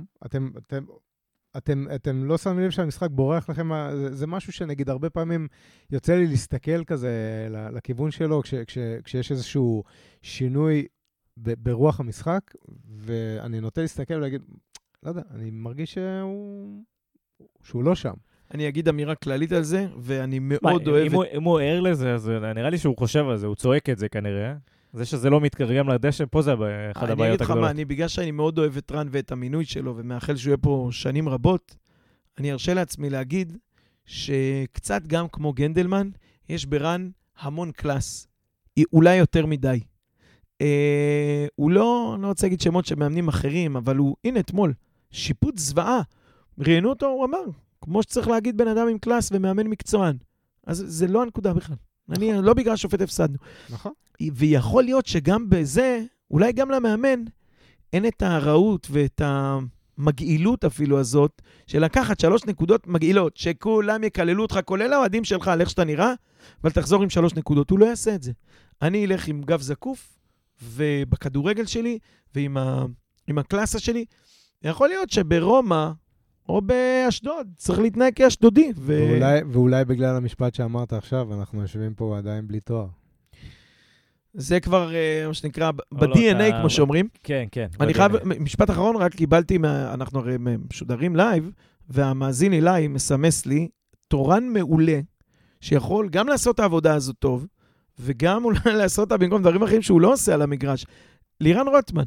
אתם לא שמים לב שהמשחק בורח לכם, זה משהו שנגיד הרבה פעמים יוצא לי להסתכל כזה לכיוון שלו, כשיש איזשהו שינוי ברוח המשחק, ואני נוטה להסתכל ולהגיד, לא יודע, אני מרגיש שהוא לא שם. אני אגיד אמירה כללית על זה, ואני מאוד אוהב... אם הוא ער לזה, אז נראה לי שהוא חושב על זה, הוא צועק את זה כנראה. זה שזה לא מתקרגם לדשא, פה זה אחד הבעיות הגדולות. אני בגלל שאני מאוד אוהב את רן ואת המינוי שלו, ומאחל שהוא יהיה פה שנים רבות, אני ארשה לעצמי להגיד שקצת גם כמו גנדלמן, יש ברן המון קלאס. אולי יותר מדי. הוא לא, אני לא רוצה להגיד שמות שמאמנים אחרים, אבל הוא, הנה אתמול, שיפוט זוועה. ראיינו אותו, הוא אמר, כמו שצריך להגיד בן אדם עם קלאס ומאמן מקצוען. אז זה לא הנקודה בכלל. לא בגלל שופט הפסדנו. נכון. ויכול להיות שגם בזה, אולי גם למאמן, אין את הרעות ואת המגעילות אפילו הזאת, של לקחת 3 נקודות מגעילות, שכולם יקללו אותך, כולל האוהדים שלך על איך שאתה נראה, אבל תחזור עם 3 נקודות. הוא לא יעשה את זה. אני אלך עם גב זקוף, ובכדורגל שלי, ועם הקלאסה שלי. יכול להיות שברומא, או באשדוד, צריך להתנהג כאשדודי. ואולי בגלל המשפט שאמרת עכשיו, אנחנו יושבים פה עדיין בלי תואר. זה כבר, מה שנקרא, ב-DNA, כמו שאומרים. כן, כן. אני חייב, משפט אחרון, רק קיבלתי, אנחנו הרי משודרים לייב, והמאזין אליי מסמס לי, תורן מעולה, שיכול גם לעשות את העבודה הזו טוב, וגם אולי לעשות אותה במקום דברים אחרים שהוא לא עושה על המגרש. לירן רוטמן.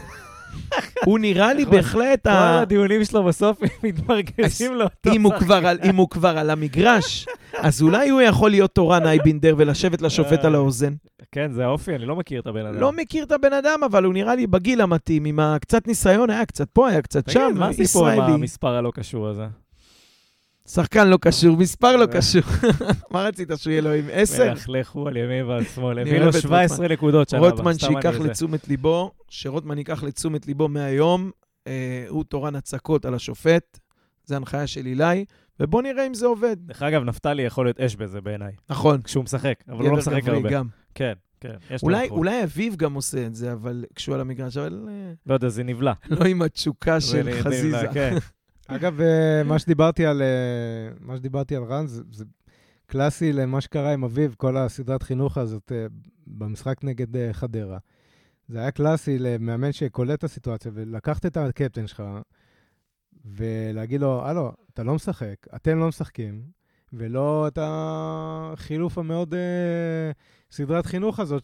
הוא נראה לי בהחלט... כל הדיונים שלו בסוף מתמרגזים לו. אם הוא כבר על המגרש, אז אולי הוא יכול להיות תורן אייבינדר ולשבת לשופט על האוזן. כן, זה האופי, אני לא מכיר את הבן אדם. לא מכיר את הבן אדם, אבל הוא נראה לי בגיל המתאים, עם קצת ניסיון, היה קצת פה, היה קצת שם, מה הסיפור עם המספר הלא קשור הזה? שחקן לא קשור, מספר לא קשור. מה רצית שהוא יהיה לו עם 10? מלכלכו על ימין ועל שמאל, הביא לו 17 נקודות שנה. רוטמן שיקח לתשומת ליבו, שרוטמן ייקח לתשומת ליבו מהיום, הוא תורן הצקות על השופט, זה הנחיה של אילי, ובוא נראה אם זה עובד. דרך אגב, נפתלי יכול להיות אש בזה בעיניי. נכון. כשהוא משחק, אבל הוא לא משחק הרבה. כן, כן. אולי אביב גם עושה את זה, אבל כשהוא על המגרש, אבל... לא יודע, זה נבלע. לא עם התשוקה של חזיזה. אגב, מה שדיברתי על רן, זה קלאסי למה שקרה עם אביב, כל הסדרת חינוך הזאת במשחק נגד חדרה. זה היה קלאסי למאמן שקולט את הסיטואציה, ולקחת את הקפטן שלך, ולהגיד לו, הלו, אתה לא משחק, אתם לא משחקים, ולא את החילוף המאוד סדרת חינוך הזאת,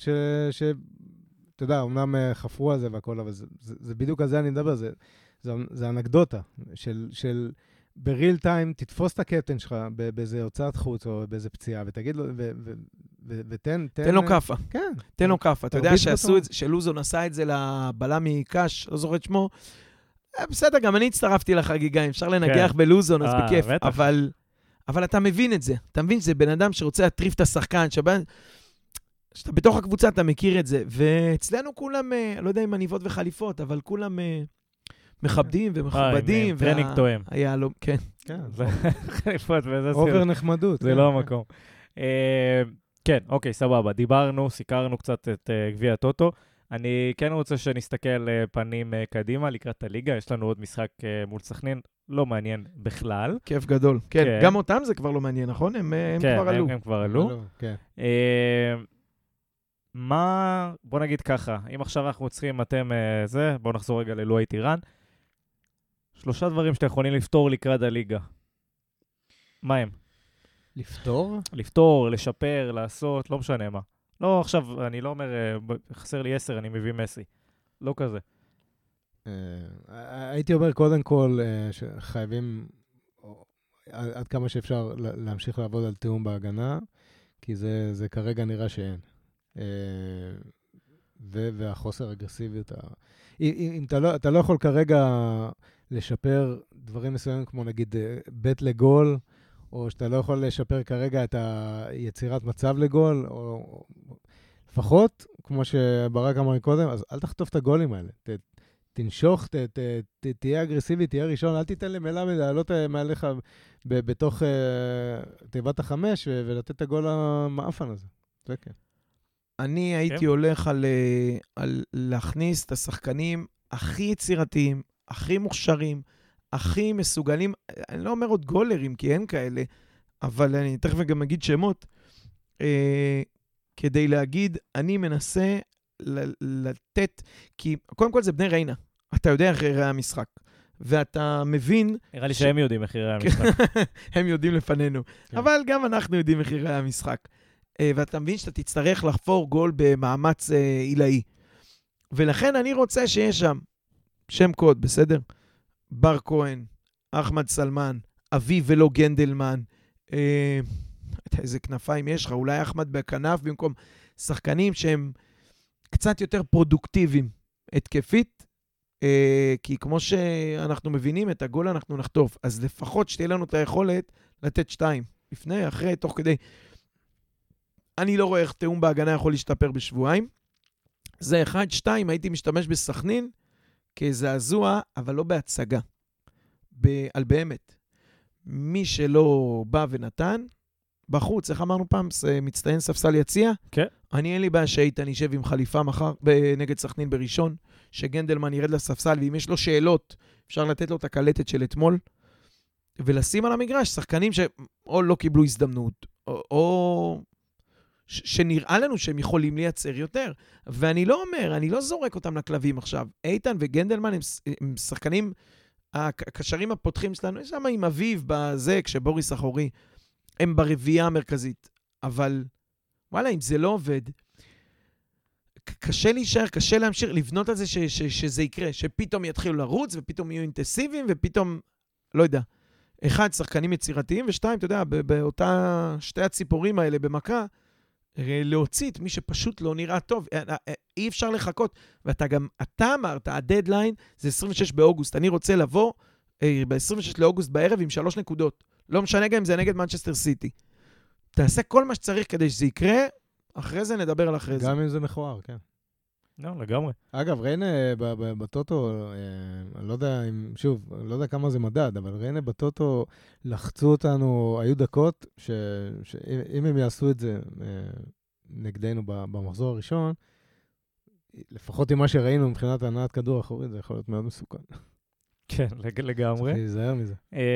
אתה יודע, אמנם חפרו על זה והכל, אבל זה בדיוק על זה אני מדבר, זה אנקדוטה של בריל טיים, תתפוס את הקפטן שלך באיזה הוצאת חוץ או באיזה פציעה, ותגיד לו, ותן... תן לו קפה. כן. תן לו קפה. אתה יודע שעשו את זה, שלוזון עשה את זה לבלם מקש, לא זוכר את שמו. בסדר, גם אני הצטרפתי לחגיגה, אפשר לנגח בלוזון, אז בכיף. אבל אתה מבין את זה. אתה מבין שזה בן אדם שרוצה להטריף את השחקן, שאתה בתוך הקבוצה, אתה מכיר את זה. ואצלנו כולם, לא יודע אם עניבות וחליפות, אבל כולם... מכבדים ומכובדים. טרנינג תואם. היה לו, כן. חליפות וזה סרט. אובר נחמדות. זה לא המקום. כן, אוקיי, סבבה. דיברנו, סיקרנו קצת את גביע הטוטו. אני כן רוצה שנסתכל פנים קדימה לקראת הליגה. יש לנו עוד משחק מול סכנין, לא מעניין בכלל. כיף גדול. כן, גם אותם זה כבר לא מעניין, נכון? הם כבר עלו. כן, הם כבר עלו. מה, בוא נגיד ככה, אם עכשיו אנחנו צריכים, בואו נחזור רגע ללואי טירן. 3 דברים שאתם יכולים לפתור לקראת הליגה. מה הם? לפתור? לפתור, לשפר, לעשות, לא משנה מה. לא, עכשיו, אני לא אומר, חסר לי 10, אני מביא מסי. לא כזה. הייתי אומר קודם כל שחייבים עד כמה שאפשר להמשיך לעבוד על תיאום בהגנה, כי זה כרגע נראה שאין. והחוסר אגרסיביות. אם אתה לא יכול כרגע לשפר דברים מסוימים, כמו נגיד בית לגול, או שאתה לא יכול לשפר כרגע את היצירת מצב לגול, או לפחות, כמו שברק אמר קודם, אז אל תחטוף את הגולים האלה. תנשוך, תהיה אגרסיבי, תהיה ראשון, אל תיתן למלמד לעלות מעליך בתוך תיבת 5 ולתת את הגול המאפן הזה. זה כן. אני הייתי הולך על להכניס את השחקנים הכי יצירתיים, הכי מוכשרים, הכי מסוגלים, אני לא אומר עוד גולרים, כי אין כאלה, אבל אני תכף גם אגיד שמות, כדי להגיד, אני מנסה לתת, כי קודם כל זה בני ריינה, אתה יודע איך יראה המשחק, ואתה מבין... נראה לי שהם יודעים איך יראה המשחק. הם יודעים לפנינו, אבל גם אנחנו יודעים איך יראה המשחק. ואתה מבין שאתה תצטרך לחפור גול במאמץ עילאי. ולכן אני רוצה שיש שם שם קוד, בסדר? בר כהן, אחמד סלמן, אבי ולא גנדלמן, איזה כנפיים יש לך, אולי אחמד בכנף במקום שחקנים שהם קצת יותר פרודוקטיביים התקפית, כי כמו שאנחנו מבינים, את הגול אנחנו נחטוף, אז לפחות שתהיה לנו את היכולת לתת 2, לפני, אחרי, תוך כדי... אני לא רואה איך תאום בהגנה יכול להשתפר בשבועיים. זה 1, 2, הייתי משתמש בסכנין כזעזוע, אבל לא בהצגה. על באמת. מי שלא בא ונתן, בחוץ, איך אמרנו פעם, מצטיין ספסל יציע? כן. אני אין לי בעיה שאיתן יישב עם חליפה מחר נגד סכנין בראשון, שגנדלמן ירד לספסל, ואם יש לו שאלות, אפשר לתת לו את הקלטת של אתמול, ולשים על המגרש שחקנים שאו לא קיבלו הזדמנות, או שנראה לנו שהם יכולים לייצר יותר. ואני לא אומר, אני לא זורק אותם לכלבים עכשיו. איתן וגנדלמן הם שחקנים, הקשרים הפותחים שלנו, יש שם עם אביב בזה, כשבוריס אחורי, הם ברביעייה המרכזית. אבל, וואלה, אם זה לא עובד, קשה להישאר, קשה להמשיך, לבנות על זה שזה יקרה, שפתאום יתחילו לרוץ, ופתאום יהיו אינטנסיביים, ופתאום, לא יודע, אחד, שחקנים יצירתיים, ושתיים, אתה יודע, באותה שתי הציפורים האלה במכה, להוציא את מי שפשוט לא נראה טוב. אי אפשר לחכות. ואתה גם, אתה אמרת, הדדליין זה 26 באוגוסט. אני רוצה לבוא ב-26 לאוגוסט בערב עם 3 נקודות. לא משנה גם אם זה נגד מנצ'סטר סיטי. תעשה כל מה שצריך כדי שזה יקרה, אחרי זה נדבר על אחרי זה. גם אם זה מכוער, כן. לא, לגמרי. אגב, ריינה בטוטו, אני לא יודע אם, שוב, אני לא יודע כמה זה מדד, אבל ריינה בטוטו לחצו אותנו, היו דקות שאם הם יעשו את זה נגדנו במחזור הראשון, לפחות עם מה שראינו מבחינת הנעת כדור אחורית, זה יכול להיות מאוד מסוכן. כן, לגמרי. צריך להיזהר מזה.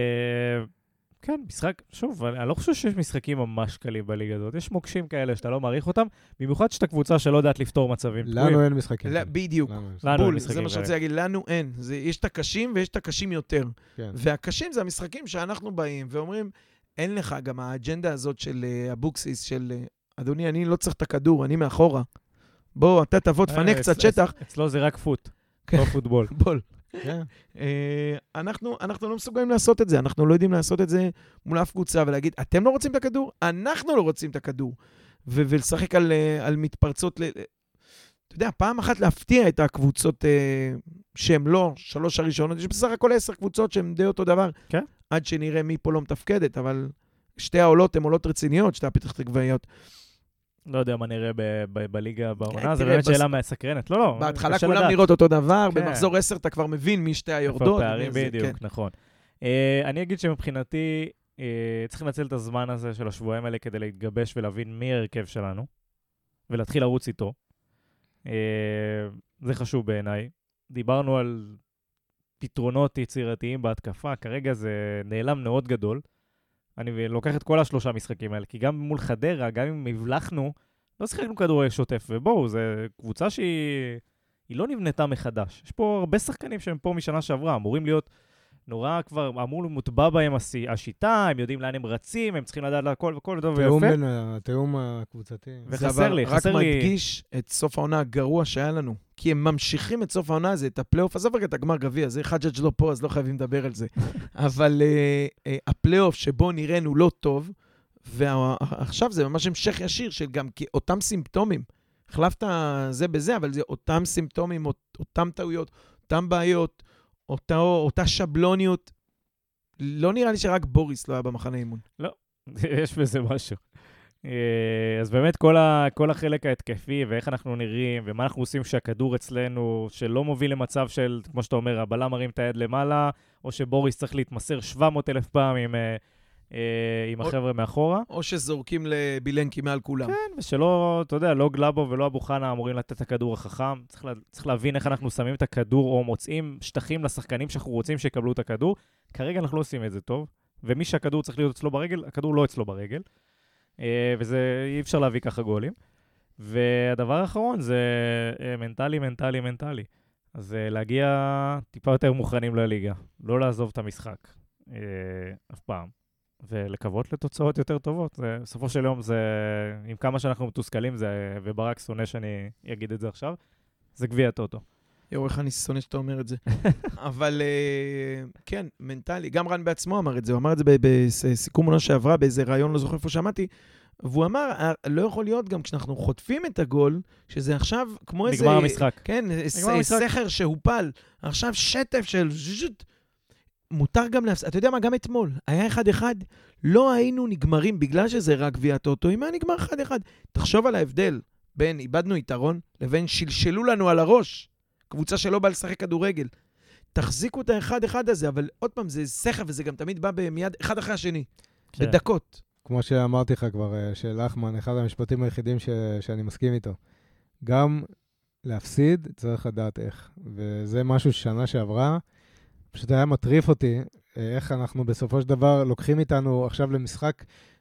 כן, משחק, שוב, אני לא חושב שיש משחקים ממש קלים בליגה הזאת. יש מוקשים כאלה שאתה לא מעריך אותם, במיוחד שאתה קבוצה שלא יודעת לפתור מצבים. לנו אין משחקים. בדיוק. בול, זה מה שרציתי להגיד, לנו אין. יש את הקשים ויש את הקשים יותר. והקשים זה המשחקים שאנחנו באים ואומרים, אין לך גם האג'נדה הזאת של אבוקסיס, של אדוני, אני לא צריך את הכדור, אני מאחורה. בוא, אתה תבוא, תפנה קצת שטח. אצלו זה רק פוט, לא פוטבול. בול. אנחנו לא מסוגלים לעשות את זה, אנחנו לא יודעים לעשות את זה מול אף קבוצה ולהגיד, אתם לא רוצים את הכדור? אנחנו לא רוצים את הכדור. ולשחק על מתפרצות, אתה יודע, פעם אחת להפתיע את הקבוצות שהן לא 3 הראשונות, יש בסך הכל 10 קבוצות שהן די אותו דבר, עד שנראה מי פה לא מתפקדת, אבל שתי העולות הן עולות רציניות, שתי הפתח תקוואיות. לא יודע מה נראה בליגה בעונה, זה באמת שאלה מסקרנת. לא. בהתחלה כולם נראות אותו דבר, במחזור 10 אתה כבר מבין מי שתי היורדות. פערים בדיוק, נכון. אני אגיד שמבחינתי, צריך לנצל את הזמן הזה של השבועיים האלה כדי להתגבש ולהבין מי הרכב שלנו, ולהתחיל לרוץ איתו. זה חשוב בעיניי. דיברנו על פתרונות יצירתיים בהתקפה, כרגע זה נעלם מאוד גדול. אני לוקח את כל 3 משחקים האלה, כי גם מול חדרה, גם אם הבלחנו, לא שיחקנו כדורגל שוטף, ובואו, זו קבוצה שהיא לא נבנתה מחדש. יש פה הרבה שחקנים שהם פה משנה שעברה, אמורים להיות נורא כבר, אמור מוטבע בהם השיטה, הם יודעים לאן הם רצים, הם צריכים לדעת להכל וכל טוב ויפה. התיאום הקבוצתי. וחסר לי, רק מדגיש את סוף העונה הגרוע שהיה לנו, כי הם ממשיכים את סוף העונה הזה, את הפלייאוף, עזוב רגע את הגמר גביע, זה חג'ג' לא פה, אז לא חייבים לדבר על זה. אבל הפלייאוף שבו נראינו לא טוב, ועכשיו זה ממש המשך ישיר של גם אותם סימפטומים. החלפת זה בזה, אבל זה אותם סימפטומים, אותם טעויות, אותם בעיות, אותה שבלוניות. לא נראה לי שרק בוריס לא היה במחנה אימון. לא, יש בזה משהו. אז באמת כל החלק ההתקפי ואיך אנחנו נראים ומה אנחנו עושים כשהכדור אצלנו שלא מוביל למצב של, כמו שאתה אומר, הבלם מרים את היד למעלה, או שבוריס צריך להתמסר 700,000 פעם עם החבר'ה מאחורה. או שזורקים לבילנקי מעל כולם. כן, ושלא, אתה יודע, לא גלאבו ולא אבו חנה אמורים לתת את הכדור החכם. צריך להבין איך אנחנו שמים את הכדור או מוצאים שטחים לשחקנים שאנחנו רוצים שיקבלו את הכדור. כרגע אנחנו לא עושים את זה טוב, ומי שהכדור צריך להיות אצלו ברגל, הכדור לא אצלו ברגל. וזה אי אפשר להביא ככה גולים. והדבר האחרון זה מנטלי. אז להגיע טיפה יותר מוכנים לליגה. לא לעזוב את המשחק אף פעם. ולקוות לתוצאות יותר טובות. בסופו של יום זה, עם כמה שאנחנו מתוסכלים, זה, וברק שונא שאני אגיד את זה עכשיו, זה גביע טוטו. איך אני שונא שאתה אומר את זה. אבל כן, מנטלי. גם רן בעצמו אמר את זה. הוא אמר את זה בסיכום עונה שעברה, באיזה רעיון, לא זוכר איפה שמעתי. והוא אמר, לא יכול להיות גם כשאנחנו חוטפים את הגול, שזה עכשיו כמו איזה... נגמר המשחק. כן, סכר שהופל. עכשיו שטף של... מותר גם להפסיד. אתה יודע מה? גם אתמול. היה 1-1. לא היינו נגמרים בגלל שזה רק גביע טוטו. אם היה נגמר 1-1. תחשוב על ההבדל בין איבדנו יתרון לבין שלשלו לנו על הראש. קבוצה שלא באה לשחק כדורגל. תחזיקו את ה-1-1 הזה, אבל עוד פעם, זה סכר, וזה גם תמיד בא מיד אחד אחרי השני. כן. בדקות. כמו שאמרתי לך כבר, של אחמן, אחד המשפטים היחידים שאני מסכים איתו. גם להפסיד צריך לדעת איך. וזה משהו ששנה שעברה, פשוט היה מטריף אותי, איך אנחנו בסופו של דבר לוקחים איתנו עכשיו למשחק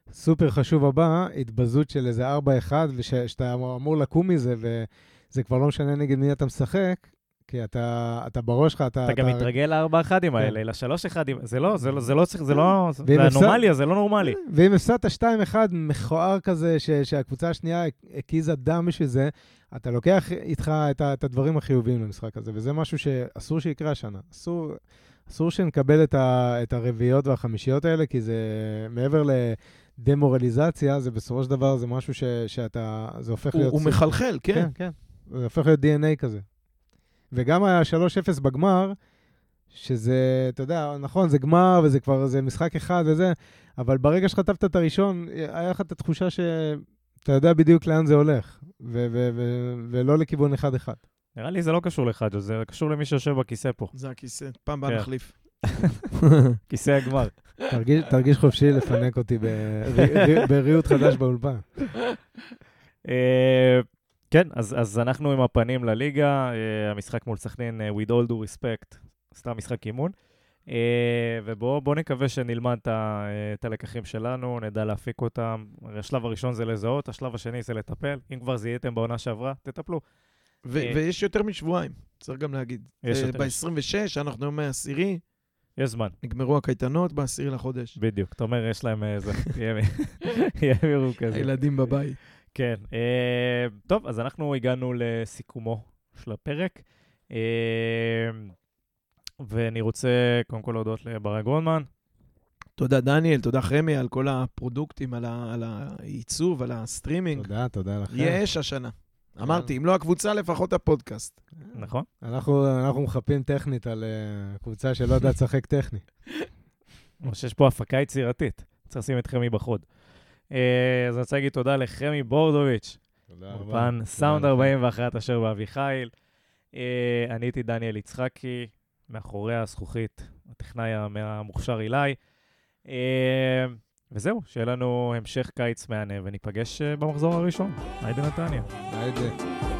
סופר חשוב הבא, התבזות של איזה 4-1, ושאתה אמור לקום מזה, וזה כבר לא משנה נגד מי אתה משחק, כי אתה בראש שלך, אתה גם מתרגל ל4-1 האלה, ל3-1, זה לא צריך, זה אנומליה, זה לא נורמלי. ואם הפסדת 2-1 מכוער כזה, שהקבוצה השנייה הקיזה דם בשביל זה, אתה לוקח איתך את הדברים החיוביים למשחק הזה, וזה משהו שאסור שיקרה השנה. אסור שנקבל את הרביעיות והחמישיות האלה, כי זה מעבר לדמורליזציה, זה בסופו של דבר, זה משהו זה הופך להיות... הוא מחלחל, כן. כן, כן. זה הופך להיות DNA כזה. וגם היה 3-0 בגמר, שזה, אתה יודע, נכון, זה גמר, וזה כבר, זה משחק אחד וזה, אבל ברגע שחטפת את הראשון, היה לך את התחושה שאתה יודע בדיוק לאן זה הולך, ולא לכיוון אחד-אחד. נראה לי זה לא קשור לאחד, זה קשור למי שיושב בכיסא פה. זה הכיסא, פעם באה נחליף. כיסא הגמר. תרגיש חופשי לפנק אותי בריאות חדש באולפן. כן, אז אנחנו עם הפנים לליגה, המשחק מול סכנין, with all due respect, סתם משחק אימון, ובואו נקווה שנלמד את הלקחים שלנו, נדע להפיק אותם. השלב הראשון זה לזהות, השלב השני זה לטפל, אם כבר זיהיתם בעונה שעברה, תטפלו. ויש יותר משבועיים, צריך גם להגיד. ב-26, אנחנו יום ה-10, יש זמן. נגמרו הקייטנות ב-10 לחודש. בדיוק, אתה אומר, יש להם איזה, יהיה מירוק כזה. הילדים בבית. כן. טוב, אז אנחנו הגענו לסיכומו של הפרק, ואני רוצה קודם כל להודות לברק גרונמן. תודה דניאל, תודה חמי על כל הפרודוקטים, על העיצוב, על הסטרימינג. תודה לכם. יש השנה. אמרתי, אם לא הקבוצה, לפחות הפודקאסט. נכון. אנחנו מחפים טכנית על קבוצה שלא יודעת לשחק טכני. או שיש פה הפקה יצירתית. צריך לשים את חמי בחוד. אז אני רוצה להגיד תודה לחמי בורדוביץ'. תודה רבה. אולפן סאונד 41 אשר באביחיל. אני הייתי דניאל יצחקי, מאחורי הזכוכית, הטכנאי המוכשר אילי. וזהו, שיהיה לנו המשך קיץ מהנה, וניפגש במחזור הראשון. היידה נתניה. היידה.